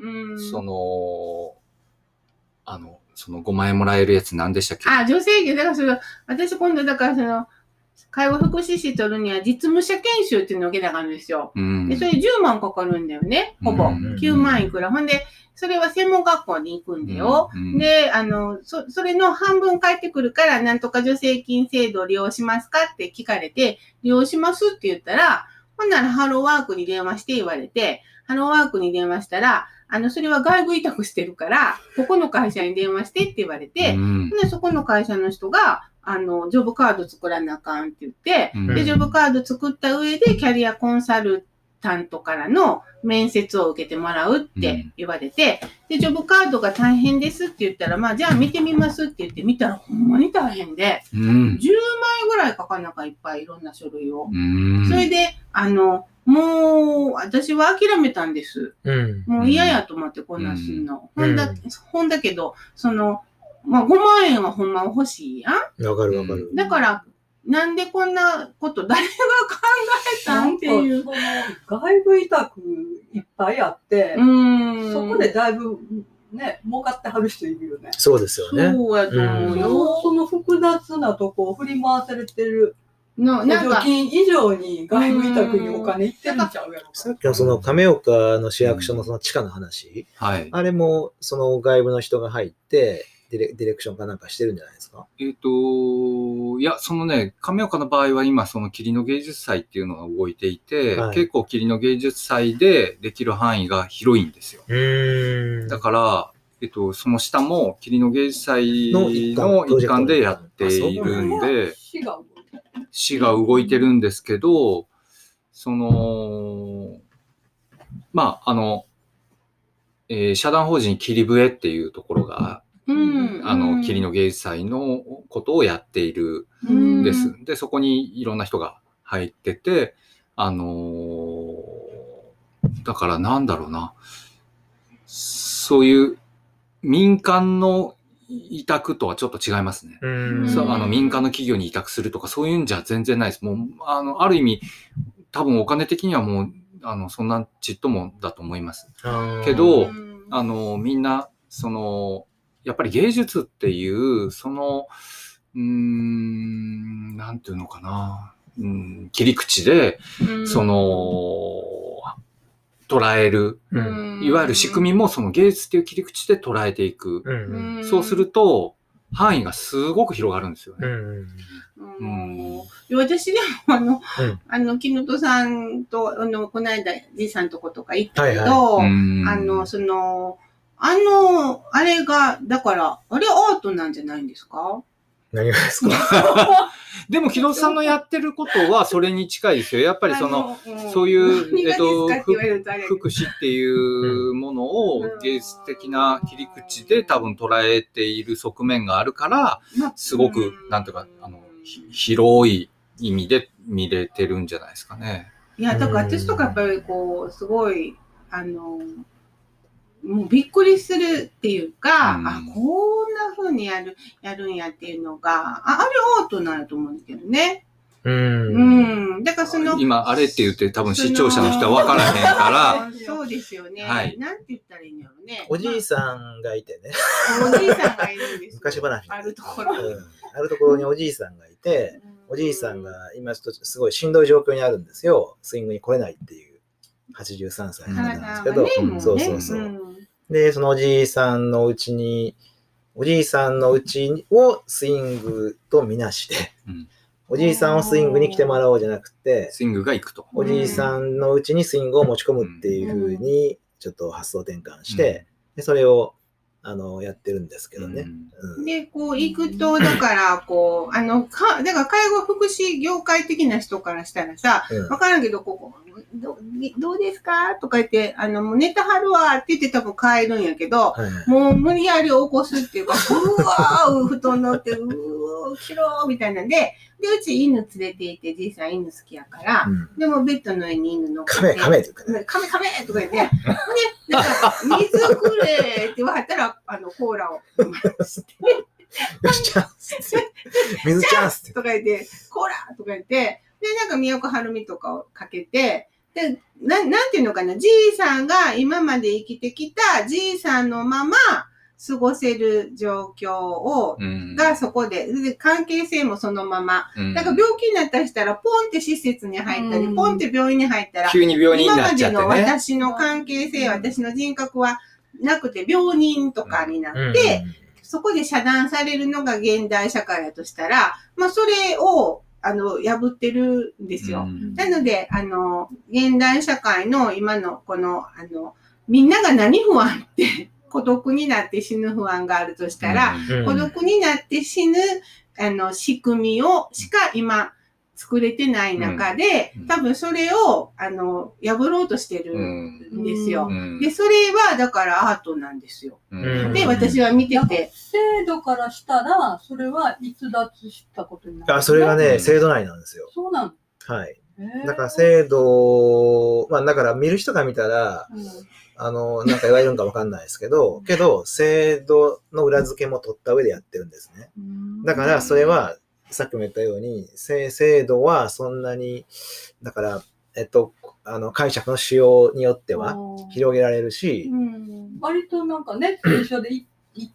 その5万円もらえるやつ何でしたっけ？ 助成金。だから私今度だから介護福祉士取るには実務者研修っていうのを受けなかったんですよ。で、それ10万かかるんだよね。ほぼ。9万いくら。ほんで、それは専門学校に行くんだよ。で、それの半分返ってくるから、なんとか助成金制度を利用しますかって聞かれて、利用しますって言ったら、ほんならハローワークに電話して言われて、ハローワークに電話したら、それは外部委託してるから、ここの会社に電話してって言われて、でそこの会社の人が、ジョブカード作らなあかんって言って、で、ジョブカード作った上で、キャリアコンサルタントからの面接を受けてもらうって言われて、で、ジョブカードが大変ですって言ったら、じゃあ見てみますって言って見たら、ほんまに大変で、10枚ぐらい書かなきゃいっぱいいろんな書類を。それで、もう、私は諦めたんです。もう嫌やと思ってこんなんすんの。ほんだけど、5万円はほんま欲しいやん。 わかる。 だから、なんでこんなこと誰が考えたんっていう。 外部委託いっぱいあって、そこでだいぶね、儲かってはる人いるよね。 そうですよね。 そうやと思うよ。 その複雑なとこを振り回されてる。補助金以上に外部委託にお金いってるんちゃうやろ。 さっきのその亀岡の市役所のその地下の話、あれもその外部の人が入ってディレクションかなんかしてるんじゃないですか？ いや、そのね、亀岡の場合は今その霧の芸術祭っていうのが動いていて、結構霧の芸術祭でできる範囲が広いんですよ。だから、その下も霧の芸術祭の一環でやっているんで、市が動いてるんですけど、社団法人霧笛っていうところが、霧の芸術祭のことをやっているんです。で、そこにいろんな人が入ってて、だからなんだろうな、そういう民間の委託とはちょっと違いますね。民間の企業に委託するとかそういうんじゃ全然ないです。もう、ある意味、多分お金的にはもう、そんなちっともだと思います。けど、みんな、やっぱり芸術っていう、なんていうのかな、切り口で、 捉える。いわゆる仕組みもその芸術っていう切り口で捉えていく。そうすると、範囲がすごく広がるんですよね。 私でも木本さんと、この間、じいさんとことか行ったけど、あれが、だから、あれアートなんじゃないんですか？ 何がですか？ でも、木戸さんのやってることはそれに近いですよ。やっぱりそういう、福祉っていうものを芸術的な切り口で多分捉えている側面があるから、すごく、なんていうか、広い意味で見れてるんじゃないですかね。 いや、だから私とかやっぱりすごい、もうびっくりするっていうか、こんな風にやるんやっていうのが、あれアートなんやと思うんですけどね。だから今、あれって言って多分視聴者の人は分からへんから。 そうですよね。なんて言ったらいいんだろうね。 おじいさんがいてね。 おじいさんがいるんです。 昔話。 あるところに。 あるところにおじいさんがいて、おじいさんが今ちょっとすごいしんどい状況にあるんですよ。スイングに来れないっていう83歳なんですけど。そうそうそう。で、そのおじいさんのうちをスイングとみなして、おじいさんをスイングに来てもらおうじゃなくて、 スイングが行くと。 おじいさんのうちにスイングを持ち込むっていう風に、ちょっと発想転換して、でそれを、やってるんですけどね。 で、行くと、だから、だから介護福祉業界的な人からしたらさ、わからんけど、どうですかとか言って、もう寝たはるわって言って多分帰るんやけど、もう無理やり起こすっていうか、うわー、布団乗って、うー、キローみたいなんで、うち犬連れていて、じいさん犬好きやから、でもベッドの上に犬乗っけて、 カメとか言って、で、なんか、水くれって言われたら、コーラを飲まして、 水チャンスとか言って、コーラとか言って、で、なんか都はるみとかをかけて、で、なんていうのかな、じいさんが今まで生きてきたじいさんのまま過ごせる状況がそこで、関係性もそのまま。だから病気になったりしたら、ポンって施設に入ったり、ポンって病院に入ったら、 急に病人になっちゃってね。 今までの私の関係性、私の人格はなくて病人とかになって、そこで遮断されるのが現代社会だとしたら、まあそれを、破ってるんですよ。なので、現代社会の今のみんなが何不安って孤独になって死ぬ不安があるとしたら、孤独になって死ぬ、仕組みをしか今作れてない中で、多分それを、破ろうとしてるんですよ。で、それはだからアートなんですよ。で、私は見てて。 制度からしたら、それは逸脱したことになる。 それがね、制度内なんですよ。 そうなの？ はい。だから制度、だから見る人が見たら、なんか言われるんかわかんないですけど、制度の裏付けも取った上でやってるんですね。だからそれは、さっきも言ったように、制度はそんなに、だから、解釈の仕様によっては広げられるし、 割となんかね、一緒で行って、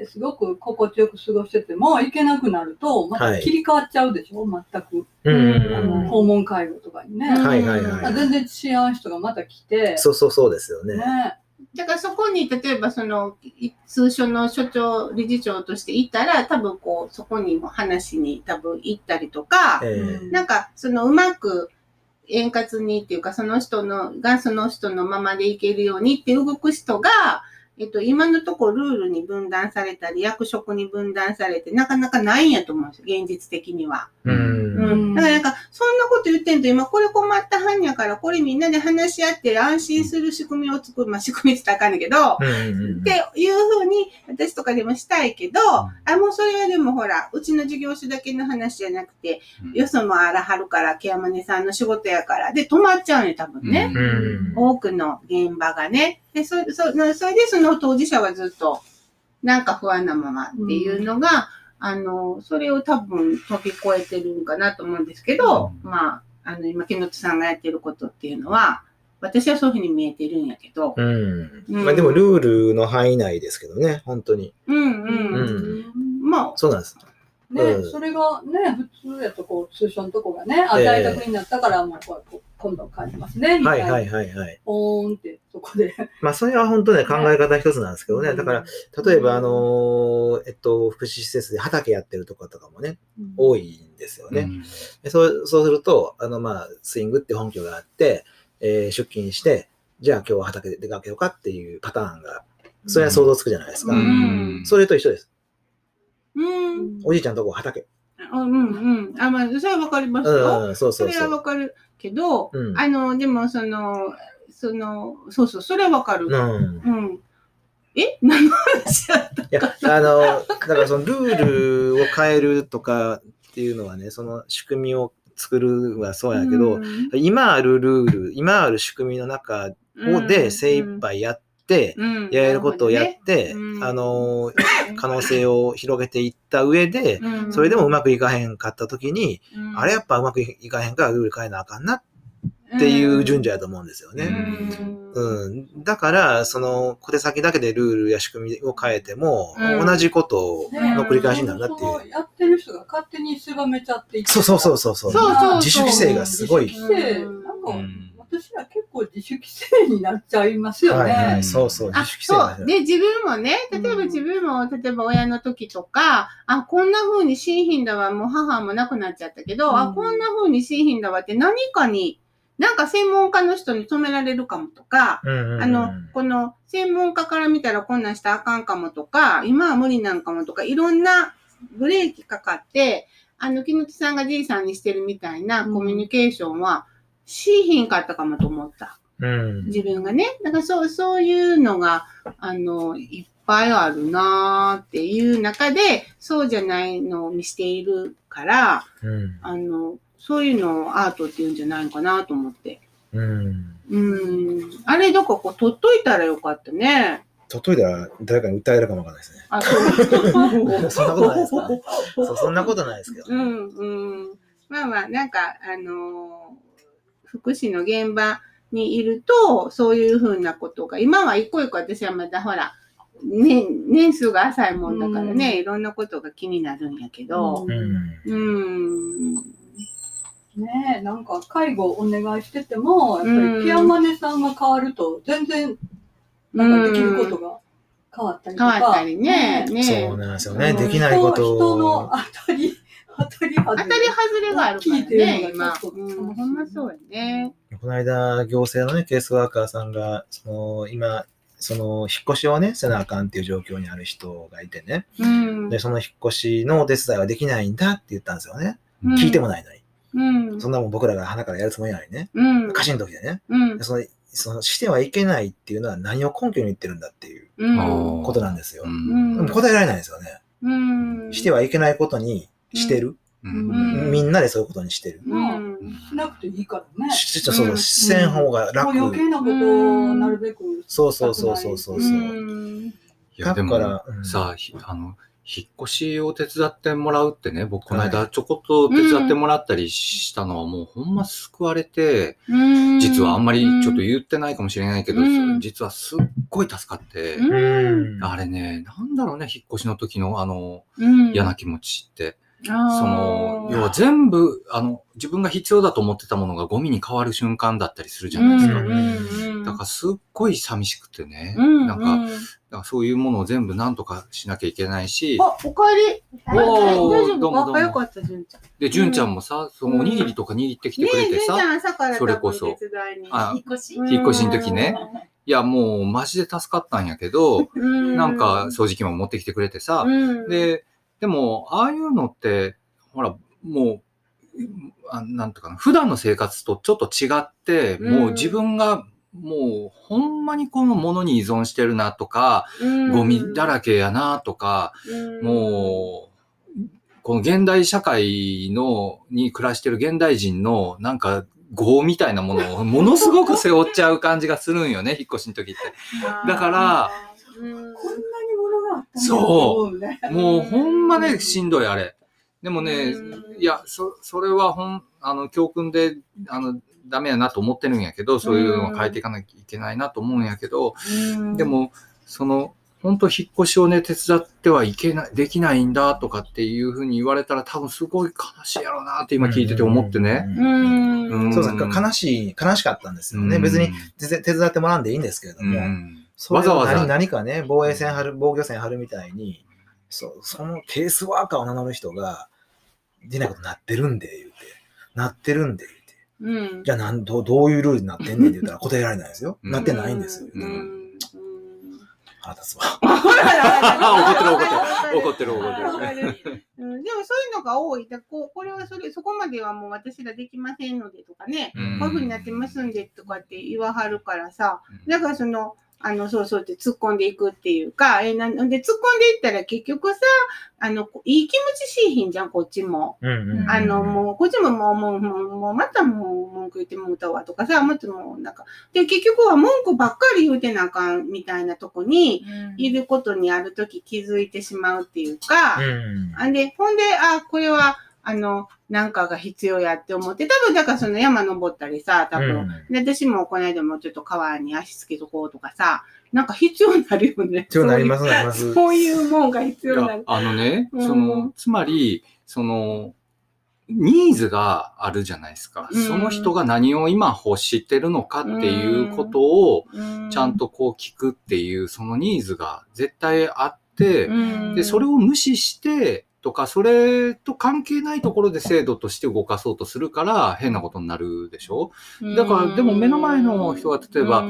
すごく心地よく過ごしてても、行けなくなると、また切り替わっちゃうでしょ、全く。訪問介護とかにね。全然違う人がまた来て。 そうですよね。 だからそこに、例えば通所の所長、理事長としていたら、多分そこにも話に多分行ったりとか、なんかうまく円滑にっていうか、その人のままでいけるようにって動く人が、今のところルールに分断されたり、役職に分断されて、なかなかないんやと思うんですよ、現実的には。だからなんか、そんなこと言ってんと、今これ困ったはんやから、これみんなで話し合って安心する仕組みを作る。仕組みって言ったらあかんねんけど、っていうふうに私とかでもしたいけど、もうそれはでもほら、うちの事業所だけの話じゃなくて、よそもあらはるから、ケアマネさんの仕事やから、で、止まっちゃうね、多分ね。多くの現場がね。で、それでその当事者はずっと、なんか不安なままっていうのが、それを多分飛び越えてるんかなと思うんですけど、今、木本さんがやってることっていうのは、私はそういうふうに見えてるんやけど。 でもルールの範囲内ですけどね、本当に。 まあ、 そうなんです。 ね、それがね、普通やと通所のとこがね、在宅になったから、もう今度感じますね。 はいはいはいはい。 ポーンって、そこで。 まあ、それは本当ね、考え方一つなんですけどね。だから、例えば、福祉施設で畑やってるとことかもね、多いんですよね。そうすると、まあ、スイングって本拠があって、出勤して、じゃあ今日は畑で出かけようかっていうパターンが、それは想像つくじゃないですか。それと一緒です。おじいちゃんとこ畑。 まあ、それはわかりますよ。それはわかるけど、でも、そう、それはわかる。何の話だったか。 いや、だからそのルールを変えるとかっていうのはね、その仕組みを作るはそうやけど、今あるルール、今ある仕組みの中で精一杯やって、やれることをやって、可能性を広げていった上で、それでもうまくいかへんかった時に、あれやっぱうまくいかへんからルール変えなあかんなっていう順序やと思うんですよね。だから、その小手先だけでルールや仕組みを変えても、同じことの繰り返しになるなっていう。 やってる人が勝手に狭めちゃっていて。 そう。自主規制がすごい。 自主規制、私ら結構自主規制になっちゃいますよね。 そう、自主規制。 で、自分もね、例えば親の時とか、こんな風にしんひんだわ、もう母も亡くなっちゃったけど、こんな風にしんひんだわって何かに、なんか専門家の人に止められるかもとか、この専門家から見たらこんなんしたらあかんかもとか、今は無理なんかもとか、いろんなブレーキかかって、木本さんがじいさんにしてるみたいなコミュニケーションはしひんかったかもと思った。自分がね。だからそういうのが、いっぱいあるなーっていう中で、そうじゃないのを見しているから、そういうのをアートっていうんじゃないのかなと思って。あれどこ取っといたらよかったね。 取っといたら誰かに訴えるかもわかんないですね。そんなことないですか？そんなことないですけど。 まあ、なんか、福祉の現場にいると、そういうふうなことが、今は一個一個私はまだほら、年数が浅いもんだからね、いろんなことが気になるんやけど。 ねえ、なんか介護お願いしてても、やっぱりケアマネさんが変わると、全然、なんかできることが変わったりとか。 変わったりね。 そうなんですよね。できないことを。 人の当たり外れがあるからね、今。ほんまそうやね。 この間、行政のね、ケースワーカーさんが、今、引っ越しをね、せなあかんっていう状況にある人がいてね。で、その引っ越しのお手伝いはできないんだって言ったんですよね。聞いてもないのに。そんなもん僕らが鼻からやるつもりなのにね。過信時でね。そのしてはいけないっていうのは何を根拠に言ってるんだっていうことなんですよ。答えられないですよね。してはいけないことにしてる。みんなでそういうことにしてる。 しなくていいからね。 そう、せん方が楽。 余計なことをなるべく。 そう。 いや、でもさ、引っ越しを手伝ってもらうってね、僕この間ちょこっと手伝ってもらったりしたのはもうほんま救われて、実はあんまりちょっと言ってないかもしれないけど、実はすっごい助かって、あれね、なんだろうね、引っ越しの時の嫌な気持ちって。要は全部、自分が必要だと思ってたものがゴミに変わる瞬間だったりするじゃないですか。だからすっごい寂しくてね。なんかそういうものを全部何とかしなきゃいけないし。 おかえり。 大丈夫どうも。よかった、純ちゃん。 で、純ちゃんもさ、そのおにぎりとか握ってきてくれてさ、それこそ。 引っ越しの時ね。いや、もうマジで助かったんやけど、なんか掃除機も持ってきてくれてさ、でも、ああいうのって、ほら、もう、なんていうかな、普段の生活とちょっと違って、もう自分が、もう、ほんまにこのものに依存してるなとか、ゴミだらけやなとか、もう、この現代社会に暮らしてる現代人の、なんか、業みたいなものをものすごく背負っちゃう感じがするんよね、引っ越しの時って。だから、 こんなに物があったんだそう。もうほんまね、しんどいあれ。でもね、いや、それは教訓で、ダメやなと思ってるんやけど、そういうのを変えていかなきゃいけないなと思うんやけど、でも、本本当引っ越しをね、手伝ってはいけない、できないんだとかっていうふうに言われたら多分すごい悲しいやろうなって今聞いてて思ってね。 そうですね。悲しかったんですよね。別に手伝ってもらうんでいいんですけれども、わざわざ何かね、防御線張るみたいに、そのケースワーカーを名乗る人が、出ないことになってるんで、言うて。なってるんで、言うて。じゃあどういうルールになってんねんって言ったら答えられないですよ。なってないんですよ。腹立つわ。 怒ってる。 でもそういうのが多い。これはそこまではもう私らできませんのでとかね、こういうふうになってますんでとかって言わはるからさ、だからそうって突っ込んでいくっていうか、なんで突っ込んでいったら結局さ、いい気持ちしいひんじゃん、こっちも。もう、こっちももう、またもう文句言ってもうたわとかさ、またもうなんか、で、結局は文句ばっかり言うてなあかんみたいなとこにいることにあるとき気づいてしまうっていうか、ほんで、これは、なんかが必要やって思って、多分だからその山登ったりさ、多分、で、私もこの間もちょっと川に足つけとこうとかさ、なんか必要になるよね。 必要になります。 そういうもんが必要になる。 つまり、ニーズがあるじゃないですか。その人が何を今欲してるのかっていうことを、ちゃんとこう聞くっていう、そのニーズが絶対あって、で、それを無視して、とか、それと関係ないところで制度として動かそうとするから変なことになるでしょ。だから、でも目の前の人が例えば、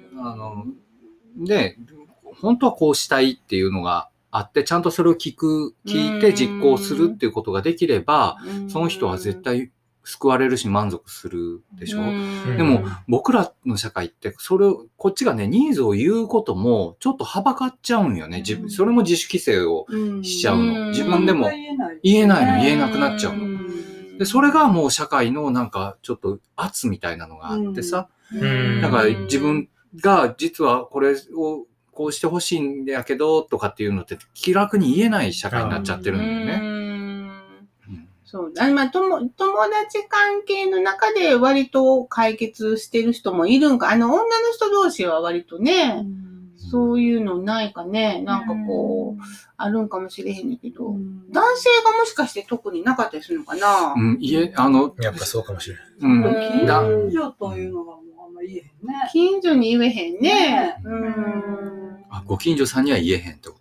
ね、本当はこうしたいっていうのがあって、ちゃんとそれを聞いて実行するっていうことができれば、その人は絶対救われるし満足するでしょ。でも僕らの社会ってこっちがね、ニーズを言うこともちょっとはばかっちゃうんよね。それも自主規制をしちゃうの。自分でも言えなくなっちゃうの。で、それがもう社会のなんかちょっと圧みたいなのがあってさ。だから自分が実はこれをこうしてほしいんだけどとかっていうのって気楽に言えない社会になっちゃってるんだよね。 そう。友達関係の中で割と解決してる人もいるんか。女の人同士は割とね、そういうのないかね。なんかこう、あるんかもしれへんねんけど、男性がもしかして特になかったりするのかな。 やっぱそうかもしれない。 近所というのがもうあんまり言えへんね。 近所に言えへんね。 ご近所さんには言えへんってこと？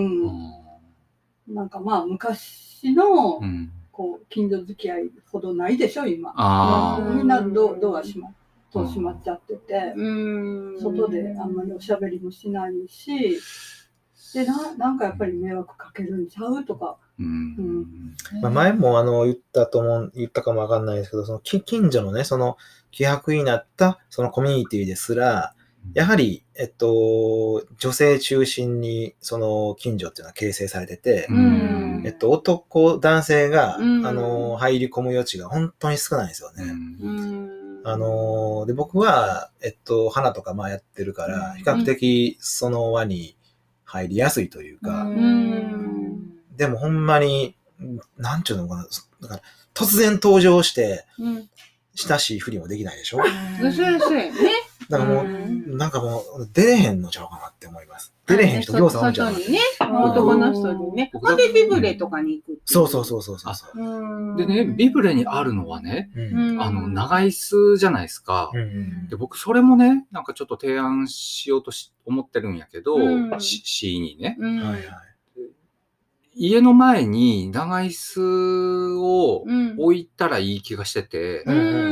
なんかまあ昔の、こう近所付き合いほどないでしょ今。みんなドア閉まっちゃってて、外であんまりおしゃべりもしないし、でなんかやっぱり迷惑かけるんちゃうとか。 前も言ったかもわかんないですけど、その近所のね、その希薄になったそのコミュニティですら、やはり女性中心にその近所っていうのは形成されてて、男性が入り込む余地が本当に少ないんですよね。で僕は花とかやってるから比較的その輪に入りやすいというか、でもほんまになんちゅうのかな、だから突然登場して親しいふりもできないでしょ。 そうね。 だからもう、なんかもう、出れへんのちゃうかなって思います。出れへん人、ぎょうさんおんちゃう。 外にね、男の人にね。ほんで、ビブレとかに行く。 そう。 でね、ビブレにあるのはね、長椅子じゃないですか。で、僕、それもね、なんかちょっと提案しようと思ってるんやけど、市にね。家の前に長椅子を置いたらいい気がしてて、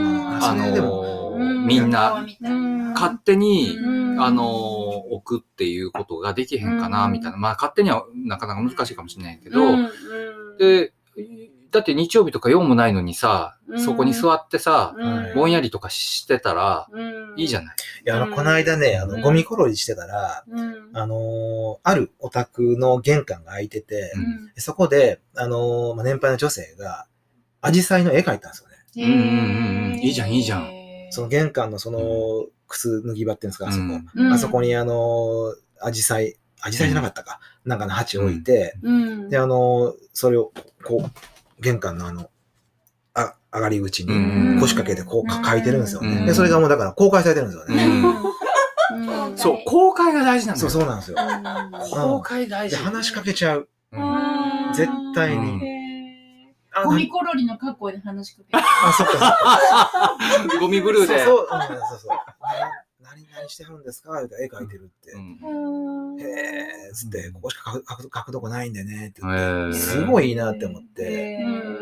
みんな勝手に置くっていうことができへんかなみたいな。勝手にはなかなか難しいかもしれないけど、で、だって日曜日とか用もないのにさ、そこに座ってさ、ぼんやりとかしてたらいいじゃない。 いや、この間ね、ゴミ転りしてたら、あるお宅の玄関が開いてて、そこで、年配の女性が、アジサイの絵描いたんですよね。いいじゃん、いいじゃん。 その玄関のその、靴脱ぎ場っていうんですか、あそこ。あそこにアジサイじゃなかったか。なんかの鉢置いて、で、それを、こう、玄関の上がり口に腰掛けてこう書いてるんですよね。で、それがもうだから公開されてるんですよね。 そう、公開が大事なんだよ。 そうなんですよ。 公開大事。 で、話しかけちゃう。絶対に。 ゴミコロリの格好で話しかける。 あ、そっかそっか。 ゴミブルーで。 そう。何してはるんですか？絵描いてるって。へーつって、ここしか描くとこないんでねって言って。すごいいいなって思って。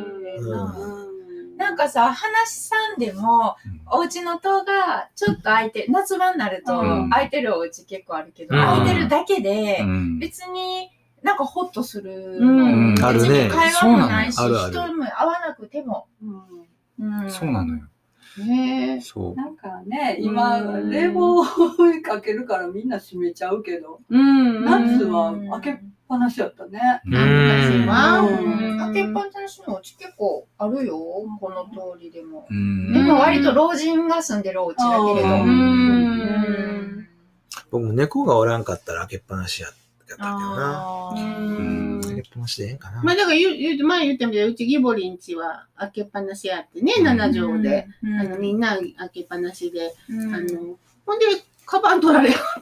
なんかさ、話さんでも、お家の戸がちょっと開いて、夏場になると開いてるお家結構あるけど、開いてるだけで、別になんかホッとする。 あるね。 別に会話もないし、人も会わなくても。 そうなのよ。 そう。なんかね、今、冷房をかけるからみんな閉めちゃうけど、夏は開けっぱなしやったね。 夏は開けっぱなしのお家結構あるよ、この通りでも。でも割と老人が住んでるお家だけれど。 僕も猫がおらんかったら開けっぱなしやったけどな。開けっぱなしでええんかな。 まあだから前言ったみたいに、うちギボリン家は開けっぱなしやってね、7畳で。みんな開けっぱなしで。ほんで、カバン取られよった。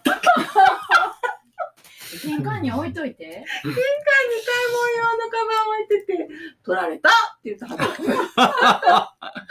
玄関に置いといて。 玄関に買い物用のカバン置いてて、取られたって言ったは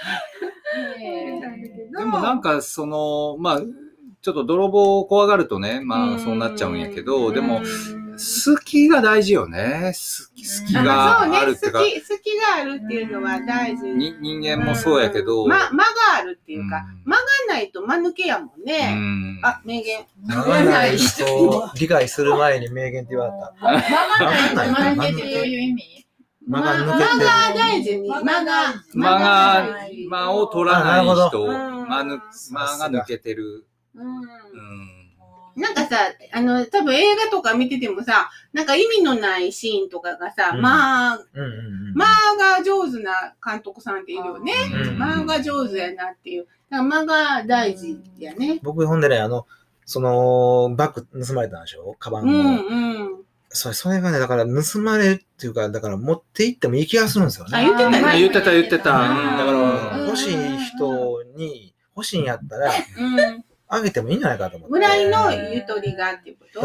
ず。 でもなんかまあ、ちょっと泥棒を怖がるとね、まあそうなっちゃうんやけど、でも、好きが大事よね。好きがあるっていうか。 好きがあるっていうのは大事。 人間もそうやけど。 間があるっていうか、間がないと間抜けやもんね。あ、名言。 間がない人を理解する前に名言って言われた。 間がないと間抜けってどういう意味？ 間が抜けてる。 間が大事に。 間を取らない人。間が抜けてる。 なんかさ、多分映画とか見ててもさ、なんか意味のないシーンとかがさ、間が上手な監督さんっているよね。間が上手やなっていう。だから間が大事やね。 僕ほんでね、バッグ盗まれたんでしょ？カバンを。それがね、だから盗まれるっていうか、だから持って行ってもいい気がするんですよね。 言ってたね。 言ってた。 だから欲しい人に、欲しいんやったら、あげてもいいんじゃないかと思って。 ぐらいのゆとりがっていうこと？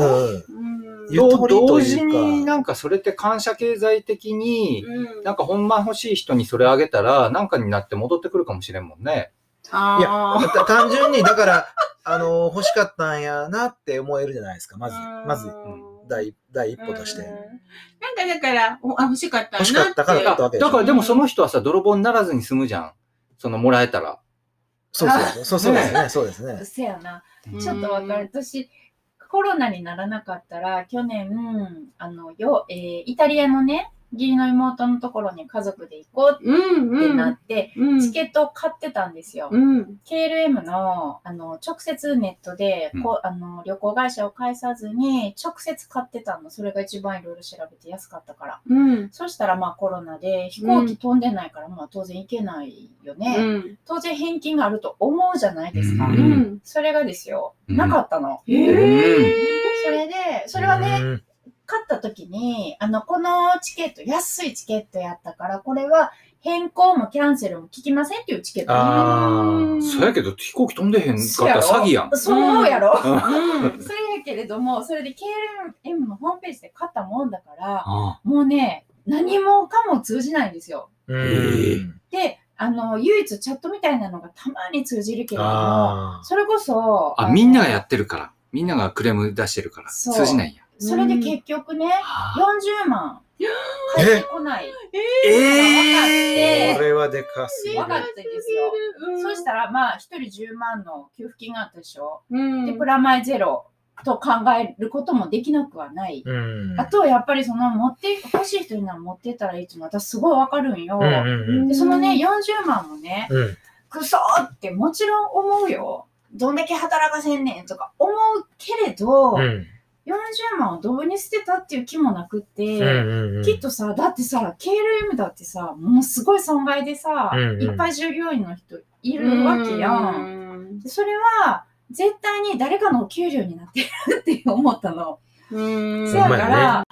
同時になんかそれって感謝経済的に、なんかほんま欲しい人にそれあげたら、なんかになって戻ってくるかもしれんもんね。 いや、単純に、だから、欲しかったんやなって思えるじゃないですか、まず、第一歩として。 なんかだから、欲しかったなって。 欲しかったから買ったわけでしょ。 だからでもその人はさ、泥棒にならずに済むじゃん。もらえたら。 そうですね。そうですね。 せやな。ちょっとわかる。私、コロナにならなかったら、去年、イタリアのね、義理の妹のところに家族で行こうってなって、チケットを買ってたんですよ。KLM の、直接ネットで、旅行会社を介さずに、直接買ってたの。それが一番いろいろ調べて安かったから。そしたらまあコロナで飛行機飛んでないから、まあ当然行けないよね。当然返金があると思うじゃないですか。それがですよ、なかったの。それはね、買った時に、このチケット、安いチケットやったから、これは変更もキャンセルも聞きませんっていうチケット。 そうやけど、飛行機飛んでへんかったら詐欺やん。 そう思うやろ。それやけれども、それで KLM のホームページで買ったもんだから、もうね、何もかも通じないんですよ。で、唯一チャットみたいなのがたまに通じるけれども、それこそ。 みんながやってるから。みんながクレーム出してるから。通じないんや。 それで結局ね、40万返ってこない。 これはでかすぎる。 分かったですよ。そしたら、まあ、1人10万の給付金があったでしょ。で、プラマイゼロと考えることもできなくはない。あと、やっぱり欲しい人に持ってったらいいっていうのは私すごいわかるんよ。で、そのね、40万もね、クソーってもちろん思うよ。どんだけ働かせんねんとか思うけれど、40万をドブに捨てたっていう気もなくって、きっとさ、だってさ、KLM だってさ、ものすごい損害でさ、いっぱい従業員の人いるわけやん。それは、絶対に誰かのお給料になってるって思ったの。そやから、 ラ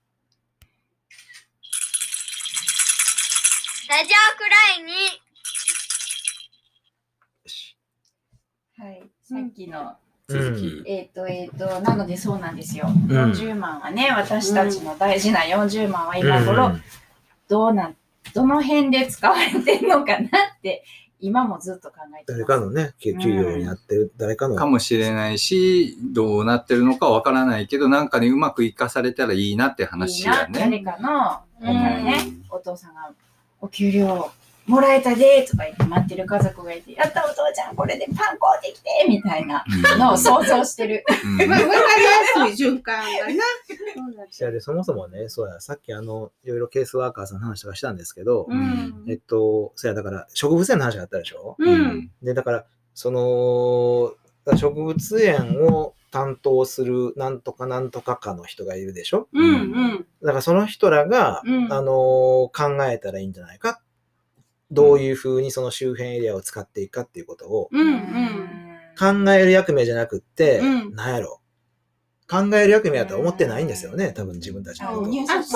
ジオくらいに。 はい、さっきの続き。 なのでそうなんですよ。40万はね、私たちの大事な40万は今頃、どの辺で使われてるのかなって、今もずっと考えてます。 誰かのね、給料になってる、誰かの。 かもしれないし、どうなってるのかわからないけど、なんかね、うまく活かされたらいいなって話やね。 誰かの、だからね、お父さんがお給料もらえたでとか言って待ってる家族がいて、やったお父ちゃんこれでパン買うてきてみたいなのを想像してる。 わかりやすい循環がな。 そもそもね、そうや、さっきいろいろケースワーカーさんの話とかしたんですけど、そうや、だから植物園の話があったでしょ。で、だから、植物園を担当するなんとかなんとかかの人がいるでしょ。だからその人らが、考えたらいいんじゃないか。どういうふうにその周辺エリアを使っていくかっていうことを、考える役目じゃなくって、なんやろ。考える役目だとは思ってないんですよね、多分自分たちのこと。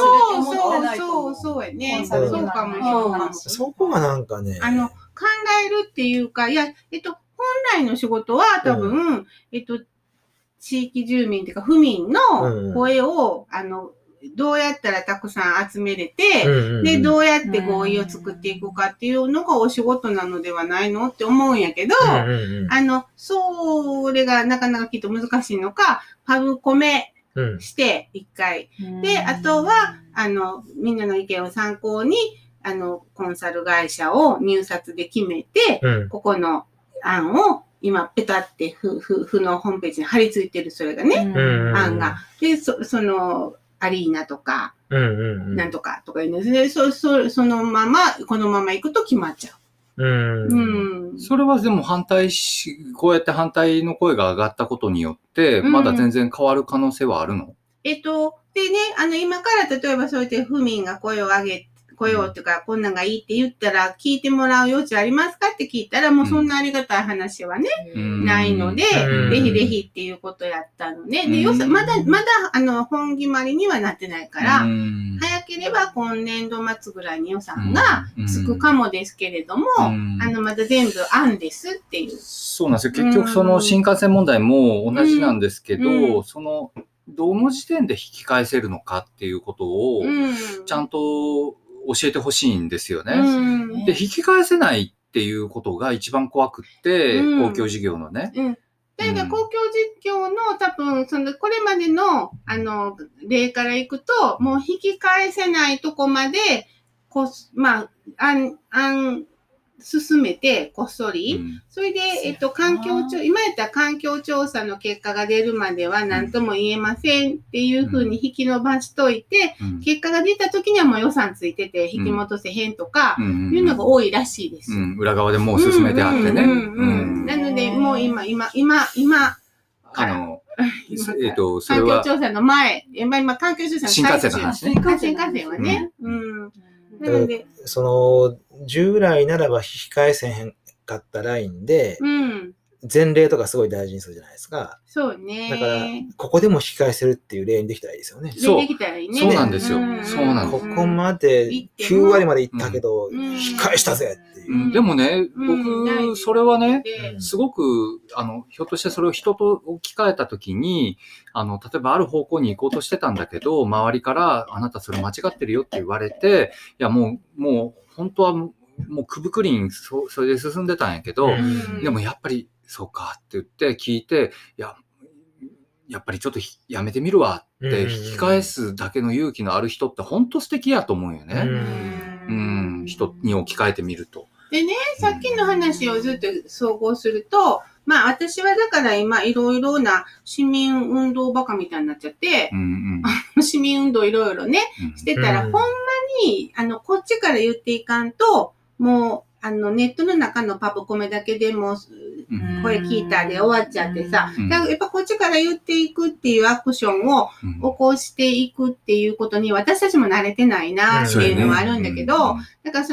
そうやね。そうかも。 そこがなんかね。 考えるっていうか、いや、本来の仕事は多分、地域住民っていうか、府民の声を、どうやったらたくさん集めれて、で、どうやって合意を作っていくかっていうのがお仕事なのではないのって思うんやけど、それがなかなかきっと難しいのか、パブコメして一回。で、あとは、みんなの意見を参考に、コンサル会社を入札で決めて、ここの案を今、ペタって府のホームページに貼り付いてる、それがね、案が。で、アリーナとか、なんとかとか言うんですね。そのまま、このまま行くと決まっちゃう。 それはでもこうやって反対の声が上がったことによって、まだ全然変わる可能性はあるの？ でね、今から例えばそうやって府民が声を上げとか、こんなんがいいって言ったら、聞いてもらう余地ありますかって聞いたら、もうそんなありがたい話はね、ないので、ぜひぜひっていうことやったのね。で、まだ、本決まりにはなってないから、早ければ今年度末ぐらいに予算がつくかもですけれども、まだ全部案ですっていう。 そうなんですよ。結局その新幹線問題も同じなんですけど、どの時点で引き返せるのかっていうことを、ちゃんと教えてほしいんですよね。で、引き返せないっていうことが一番怖くって、公共事業のね。 だから公共事業の多分、これまでの、例からいくと、もう引き返せないとこまで、進めて、こっそり。それで、今やったら環境調査の結果が出るまでは何とも言えませんっていうふうに引き伸ばしといて、結果が出た時にはもう予算ついてて引き戻せへんとか、いうのが多いらしいです。 裏側でもう進めてあってね。 なので、もう今、環境調査の前、今、環境調査の新幹線の話ね。 新幹線はね。 なので、従来ならば引き返せへんかったラインで、前例とかすごい大事にするじゃないですか。 そうね。 だから、ここでも引き返せるっていう例にできたらいいですよね。 できたらいいね。 そうなんですよ。そうなんです。 ここまで、9割までいったけど、引き返したぜっていう。 でもね、僕、それはね、すごく、ひょっとしてそれを人と置き換えたときに、例えばある方向に行こうとしてたんだけど、周りから、あなたそれ間違ってるよって言われて、いや、もう、本当は、もう、くぶくりん、それで進んでたんやけど、でもやっぱり、そうかって言って聞いて、やっぱりちょっとやめてみるわって引き返すだけの勇気のある人って本当素敵やと思うよね。人に置き換えてみると。 でね、さっきの話をずっと総合すると、私はだから今いろいろな市民運動バカみたいになっちゃって、市民運動いろいろね、してたら、ほんまに、こっちから言っていかんと、もう、ネットの中のパブコメだけでも、声聞いたで終わっちゃってさ、だからやっぱこっちから言っていくっていうアクションを起こしていくっていうことに私たちも慣れてないなっていうのはあるんだけど、だから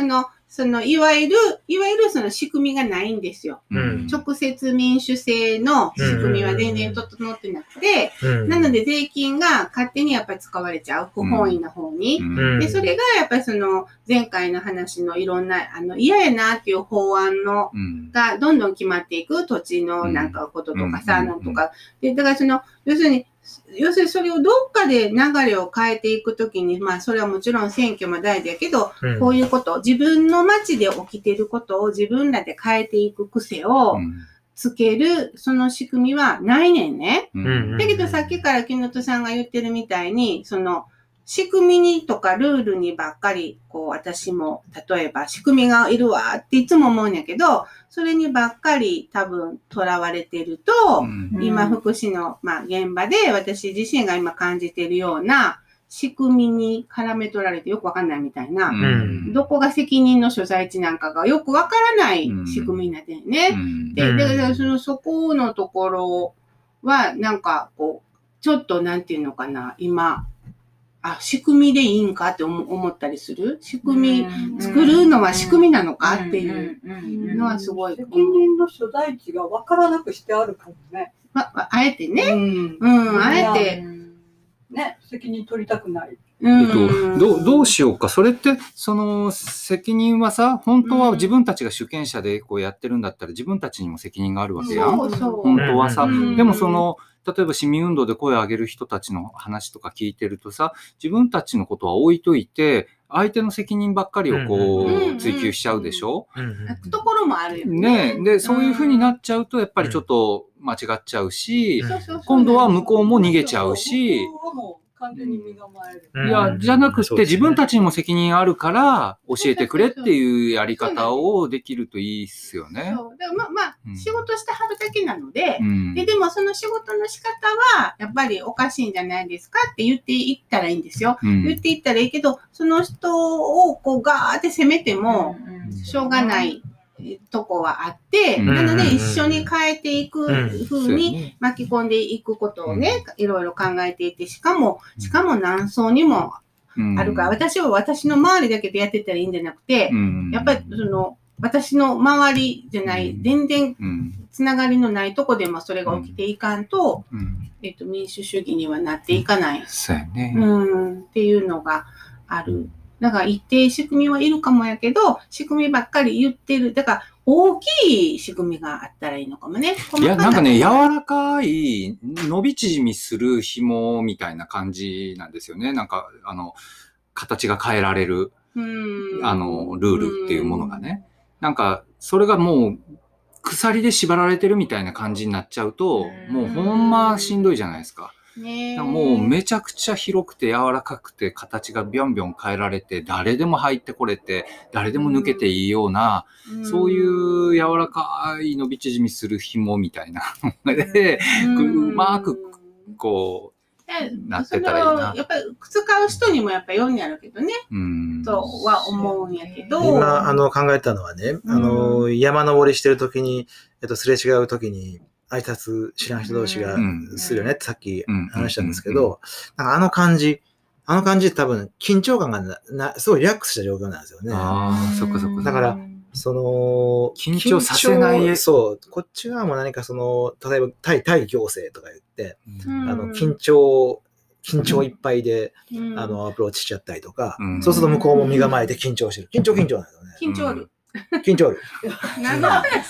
いわゆるその仕組みがないんですよ。直接民主制の仕組みは全然整ってなくて、なので税金が勝手にやっぱり使われちゃう、不本意な方に。で、それがやっぱり前回の話のいろんな、嫌やなっていう法案がどんどん決まっていく、土地のなんかこととかさ、なんとか。で、だから要するにそれをどっかで流れを変えていくときに、まあそれはもちろん選挙も大事だけど、こういうこと、自分の街で起きていることを自分らで変えていく癖をつける、その仕組みはないねんね。だけどさっきから木本さんが言ってるみたいに、仕組みにとかルールにばっかり、私も、例えば仕組みがいるわっていつも思うんやけど、それにばっかり多分囚われてると、今福祉の、現場で私自身が今感じているような仕組みに絡め取られてよくわかんないみたいな、どこが責任の所在地なんかがよくわからない仕組みになってるね。で、そこのところは、なんかちょっとなんていうのかな、今、仕組みでいいんかって思ったりする。仕組み、作るのは仕組みなのかっていうのはすごい。 責任の所在地が分からなくしてあるかもね。 あえてね。あえて。 ね、責任取りたくない。 どうしようか。それって、責任はさ、本当は自分たちが主権者でやってるんだったら自分たちにも責任があるわけやん。本当はさ。でも例えば市民運動で声を上げる人たちの話とか聞いてるとさ、自分たちのことは置いといて、相手の責任ばっかりを追求しちゃうでしょ？ ところもあるよね。 で、そういう風になっちゃうと、やっぱりちょっと間違っちゃうし、今度は向こうも逃げちゃうし、 完全に身構える。 いや、じゃなくて自分たちにも責任あるから教えてくれっていうやり方をできるといいっすよね。 そう。でも仕事してはるだけなので、でもその仕事の仕方はやっぱりおかしいんじゃないですかって言っていったらいいんですよ。言っていったらいいけど、その人をガーって責めてもしょうがないとこはあって、なので一緒に変えていく風に巻き込んでいくことをね、いろいろ考えていて、しかも何層にもあるから、私は私の周りだけでやってたらいいんじゃなくて、やっぱり私の周りじゃない、全然つながりのないとこでもそれが起きていかんと、民主主義にはなっていかない。 そうやね。 っていうのがある。だから一定仕組みはいるかもやけど、仕組みばっかり言ってる。だから大きい仕組みがあったらいいのかもね。 いや、なんかね、柔らかい、伸び縮みする紐みたいな感じなんですよね。なんか、形が変えられる、ルールっていうものがね。なんか、それがもう、鎖で縛られてるみたいな感じになっちゃうと、もうほんましんどいじゃないですか。もうめちゃくちゃ広くて柔らかくて形がビョンビョン変えられて誰でも入ってこれて誰でも抜けていいような、そういう柔らかい伸び縮みする紐みたいなのでうまくなってたらいいな。 やっぱり使う人にもやっぱ読んであるけどね。とは思うんやけど。 今考えたのはね、山登りしてる時にすれ違う時に挨拶知らん人同士がするよねってさっき話したんですけど、あの感じ多分緊張感がすごいリラックスした状況なんですよね。 そっかそっか。 だから、 緊張させない。 そう、こっち側も何か例えば対行政とか言って、緊張いっぱいで、アプローチしちゃったりとか、そうすると向こうも身構えて緊張してる。緊張なんですよね。 緊張る。 緊張る。 何の話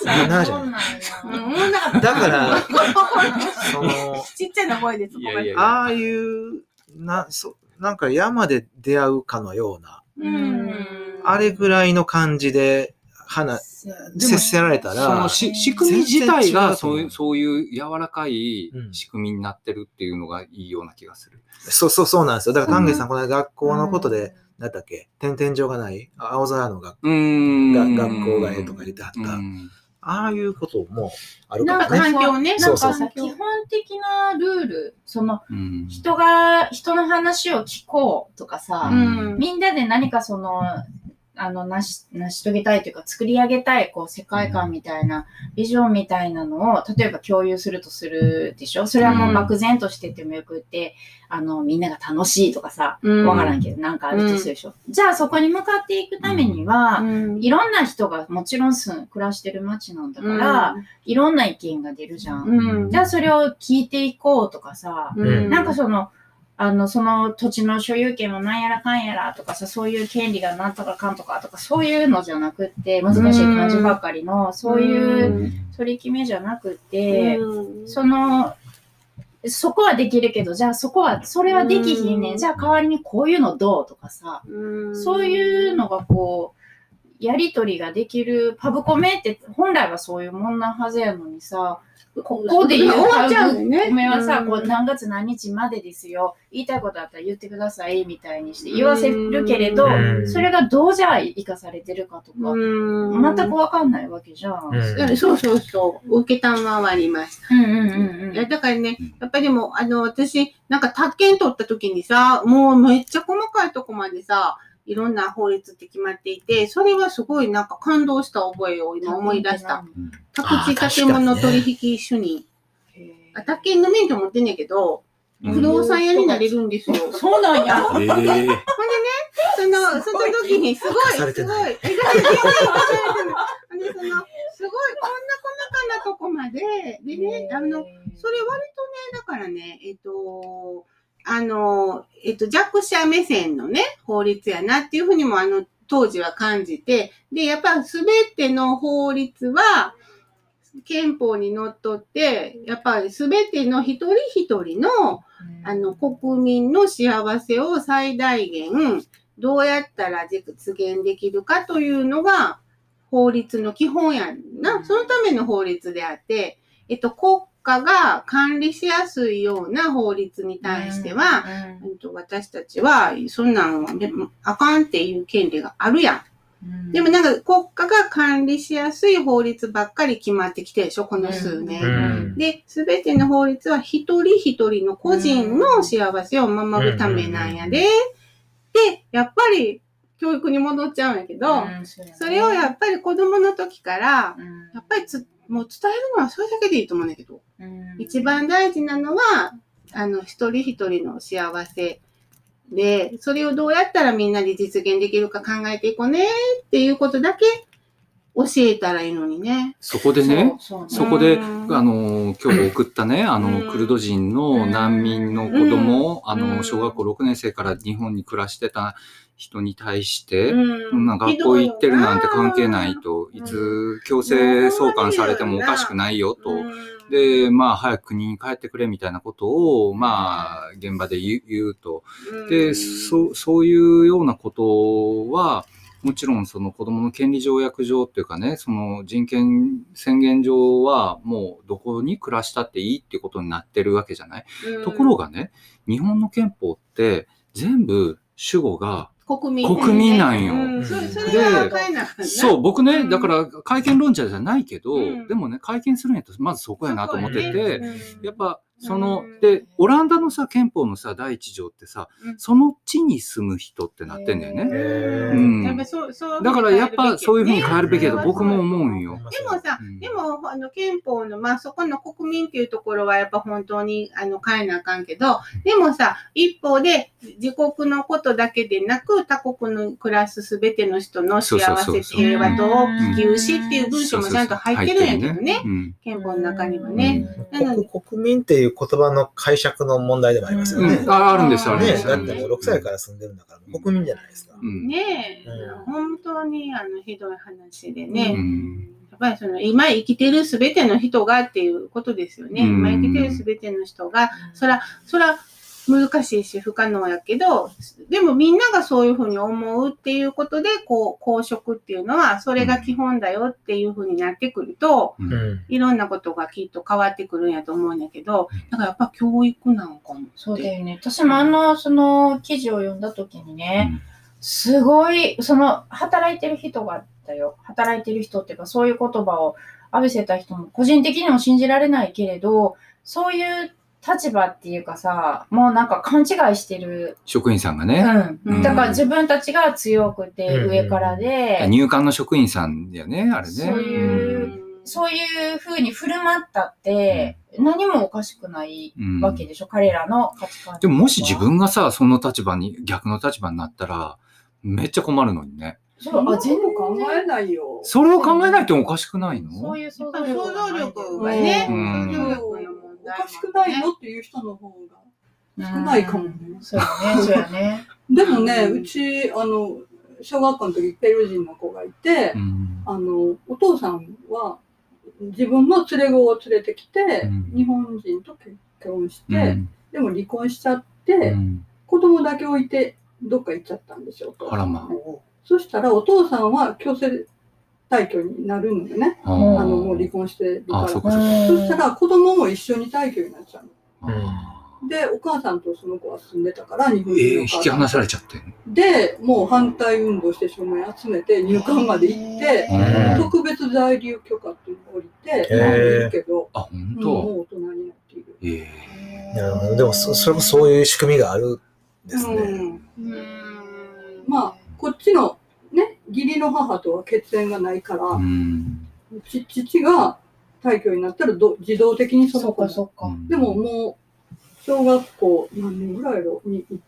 だから、 ちっちゃな声です。 ああいう、なんか山で出会うかのような、あれぐらいの感じで、接せられたら、 仕組み自体がそういう柔らかい仕組みになってるっていうのがいいような気がする。 そうなんですよ。だから丹下さん、この学校のことで、なんだっけ、天井がない青空の学校がとか言ってはった。ああいうこともあるかもね。 環境ね。 なんかさ、基本的なルール、人の話を聞こうとかさ、みんなで何か成し遂げたいというか、作り上げたい、こう、世界観みたいな、ビジョンみたいなのを、例えば共有するとするでしょ。それはもう漠然としててもよくって、みんなが楽しいとかさ、わからんけど、なんかあるとするでしょ。じゃあそこに向かっていくためには、いろんな人がもちろん暮らしてる街なんだから、いろんな意見が出るじゃん。じゃあそれを聞いていこうとかさ、なんかその土地の所有権もなんやらかんやらとかさ、そういう権利がなんとかかんとかとか、そういうのじゃなくって、難しい漢字ばっかりの、そういう取り決めじゃなくって、そこはできるけど、じゃあそれはできひんねん。じゃあ代わりにこういうのどうとかさ、そういうのがこう、やりとりができる、パブコメって本来はそういうもんなはずやのにさ、ここで言うパブコメはさ、こう何月何日までですよ。言いたいことあったら言ってくださいみたいにして言わせるけれど、それがどうじゃ生かされてるかとか、全くわかんないわけじゃん。 そうそうそう。受けたまわりました。だからね、やっぱりでも、私、なんか宅建取った時にさ、もうめっちゃ細かいとこまでさ、いろんな法律って決まっていて、それはすごいなんか感動した覚えを今思い出した。宅地建物取引主任。宅建の免許持ってんねんけど、不動産屋になれるんですよ。 そうなんや。 ほんでね、その時にすごい、こんな細かなとこまで、でね、それ割とね、だからね、弱者目線のね、法律やなっていうふうにも当時は感じて、で、やっぱすべての法律は、憲法にのっとって、やっぱりすべての一人一人の、国民の幸せを最大限、どうやったら実現できるかというのが、法律の基本やんな。そのための法律であって、国家が管理しやすいような法律に対しては、私たちは、そんなんはあかんっていう権利があるやん。でもなんか国家が管理しやすい法律ばっかり決まってきてるでしょ、この数年。で、すべての法律は一人一人の個人の幸せを守るためなんやで。で、やっぱり教育に戻っちゃうんやけど、それをやっぱり子供の時から、やっぱりもう伝えるのはそれだけでいいと思うんだけど、一番大事なのは、一人一人の幸せで、それをどうやったらみんなで実現できるか考えていこうねっていうことだけ教えたらいいのにね。 そこでね、そこで、今日送ったね、クルド人の難民の子供、小学校6年生から日本に暮らしてた人に対して、学校行ってるなんて関係ないと、いつ強制送還されてもおかしくないよと。で、早く国に帰ってくれみたいなことを、現場で言うと。で、そういうようなことは、もちろんその子供の権利条約上っていうかね、その人権宣言上はもうどこに暮らしたっていいっていうことになってるわけじゃない。ところがね、日本の憲法って全部主語が国民なんよ。そう、僕ね、だから改憲論者じゃないけど、でもね、改憲するんやったらまずそこやなと思ってて、やっぱで、オランダのさ、憲法のさ、第一条ってさ、その地に住む人ってなってんだよね。だからやっぱそういうふうに変えるべきだと僕も思うんよ。 でもさ、憲法の、そこの国民っていうところはやっぱ本当に変えなあかんけど、でもさ、一方で自国のことだけでなく、他国の暮らすすべての人の幸せ、平和と普及しっていう文章もちゃんと入ってるんやけどね。憲法の中にはね。 国民っていう言葉の解釈の問題でもありますよね。 あるんですよね。 だってもう6歳から住んでるんだから国民じゃないですか。 ねえ、本当にひどい話でね。やっぱり今生きてるすべての人がっていうことですよね。今生きてるすべての人が、そら難しいし不可能やけど、でもみんながそういうふうに思うっていうことで、公職っていうのは、それが基本だよっていうふうになってくると、いろんなことがきっと変わってくるんやと思うんだけど、だからやっぱ教育なのかも。 そうだよね。私もその記事を読んだ時にね、すごい、働いてる人がだよ。働いてる人っていうか、そういう言葉を浴びせた人も、個人的にも信じられないけれど、そういう立場っていうかさ、もうなんか勘違いしてる。 職員さんがね。 だから自分たちが強くて上からで。 入管の職員さんだよね、あれね。 そういう風に振る舞ったって、何もおかしくないわけでしょ、彼らの価値観。 でももし自分がさ、その立場に、逆の立場になったら、めっちゃ困るのにね。 そう、全部考えないよ。 それを考えないとおかしくないの？ そういう想像力がね。 おかしくないのっていう人の方が少ないかもね。 そうやね。 でもね、うち、小学校の時ペルー人の子がいて、お父さんは自分の連れ子を連れてきて、日本人と結婚して、でも離婚しちゃって、子供だけ置いてどっか行っちゃったんですよ。 あらまあ。 そしたらお父さんは強制退去になるのでね、もう離婚してるから。そしたら子供も一緒に退去になっちゃうの。で、お母さんとその子は住んでたから、日本人の引き離されちゃって。 で、もう反対運動して署名集めて入管まで行って、特別在留許可っていうのを降りて、いるけど、 あ、本当。 もう大人になっている。 でも、それもそういう仕組みがあるんですね。 まあ、こっちのね、義理の母とは血縁がないから、父が退去になったら自動的にその子でももう、小学校何年ぐらいの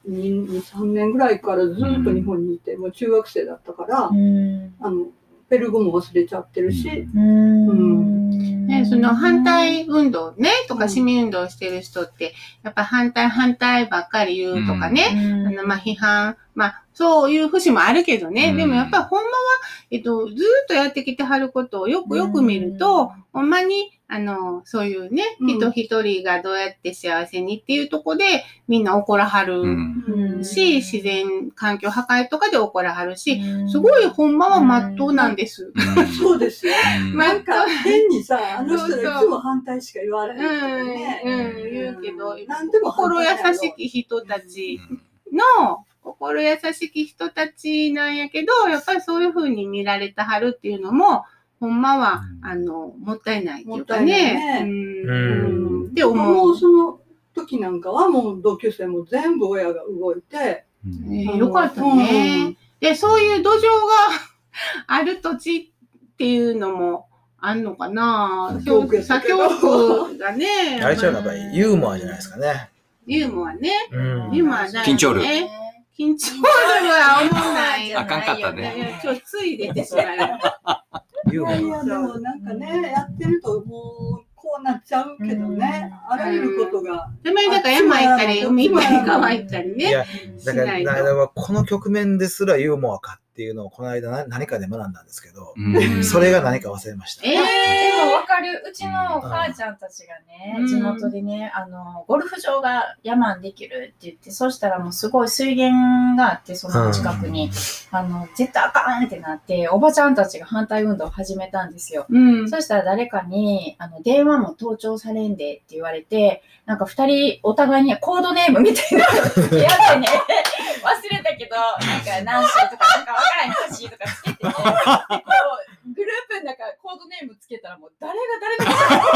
2、3年ぐらいからずっと日本にいて、もう中学生だったから、ペルー語も忘れちゃってるし、 その反対運動ね、とか市民運動してる人って、やっぱ反対ばっかり言うとかね、批判、そういう節もあるけどね、でもやっぱりほんまは、ずーっとやってきてはることをよく見ると、ほんまに、そういうね、人一人がどうやって幸せにっていうとこでみんな怒らはるし、自然環境破壊とかで怒らはるし、すごいほんまは真っ当なんです。 そうですよ。なんか変にさ、あの人らいつも反対しか言われないね。 言うけど、心優しき人たちの、心優しき人たちなんやけど、やっぱりそういう風に見られてはるっていうのも、ほんまは、もったいないっていうかね。 でももうその時なんかはもう同級生も全部親が動いて。 よかったね。で、そういう土壌がある土地っていうのもあんのかな。左京区がね。 あれちゃうのやっぱりユーモアじゃないですかね。 ユーモアね。ユーモアだよね。 緊張力。 緊張力は思わない。 あかんかったね。 ちょっとつい出てしまう。 いやいや、でもなんかね、やってるともうこうなっちゃうけどね、あらゆることが。 たまにだから山行ったり、海行ったり、川行ったりね。 いや、だからこの局面ですらユーモアかっていうのをこの間何かで学んだんですけど、それが何か忘れました。 でもわかる。うちの母ちゃんたちがね、地元でね、ゴルフ場が山にできるって言って、そしたらもうすごい水源があって、その近くに、絶対あかんってなって、おばちゃんたちが反対運動を始めたんですよ。そしたら誰かに、電話も盗聴されんでって言われて、なんか二人お互いにコードネームみたいなのつけ合ってね、忘れたけど、なんかナンシーとかなんかわからんハッシーとかつけてね、グループの中コードネームつけたらもう誰が誰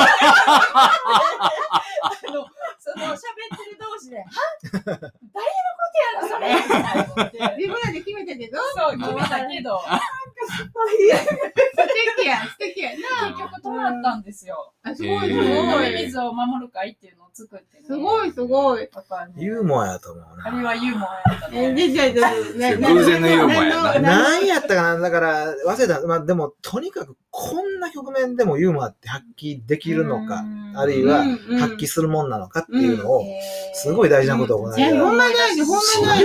のその喋ってる同士で、は誰のことやろそれ自分らで決めたけど、 そう決めたけど、 素敵やな。 結局止まったんですよ。 すごい水を守る会っていうのを作って、 すごい。 ユーモアやと思うな。 あれはユーモアやったね。 偶然のユーモアやな。 何やったかな、だから忘れた。でもとにかくこんな局面でもユーモアって発揮できるのか、あるいは発揮するもんなのかっていうのを、すごい大事なことを行いながら。 ほんま大事。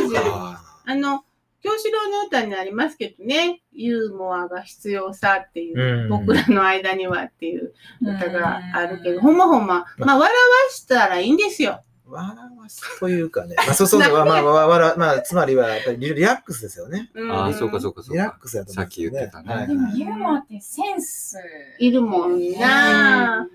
京志郎の歌にありますけどね、ユーモアが必要さっていう、僕らの間にはっていう歌があるけど、ほんま、笑わしたらいいんですよ。 笑わすというかね。つまりはやっぱりリラックスですよね。 そうか。 リラックスやと思う。 さっき言ってたね。 でもユーモアってセンスいるもんな。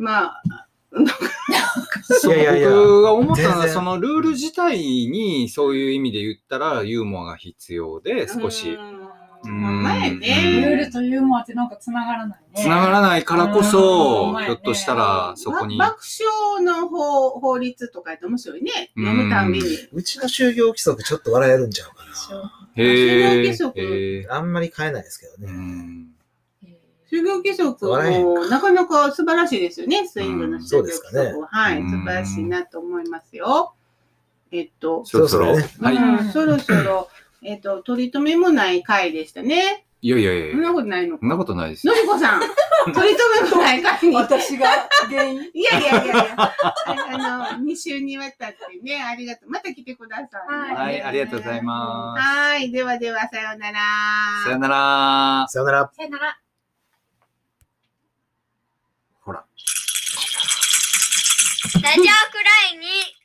僕が思ったのは、そのルール自体にそういう意味で言ったらユーモアが必要で、少し。 前ね。 ルールとユーモアってなんか繋がらないね。 繋がらないからこそ、ひょっとしたらそこに。 爆笑の法律とかやって面白いね。読むたんびに。 うちの就業規則ちょっと笑えるんちゃうかな。 就業規則。 あんまり変えないですけどね。 就業規則もなかなか素晴らしいですよね。スイングの就業規則は。はい。素晴らしいなと思いますよ。 そろそろ。はい。 そろそろ、取り留めもない回でしたね。 いやいやいや。 そんなことないのか。 そんなことないです。 のりこさん、取り留めもない回に。 私が原因。 いやいやいやいや。2週にわたってね、ありがとう。また来てください。 はい、ありがとうございます。 はい。ではでは、さようなら。 さようなら。 さようなら。 さよなら。 ほら。 ラジオくらいに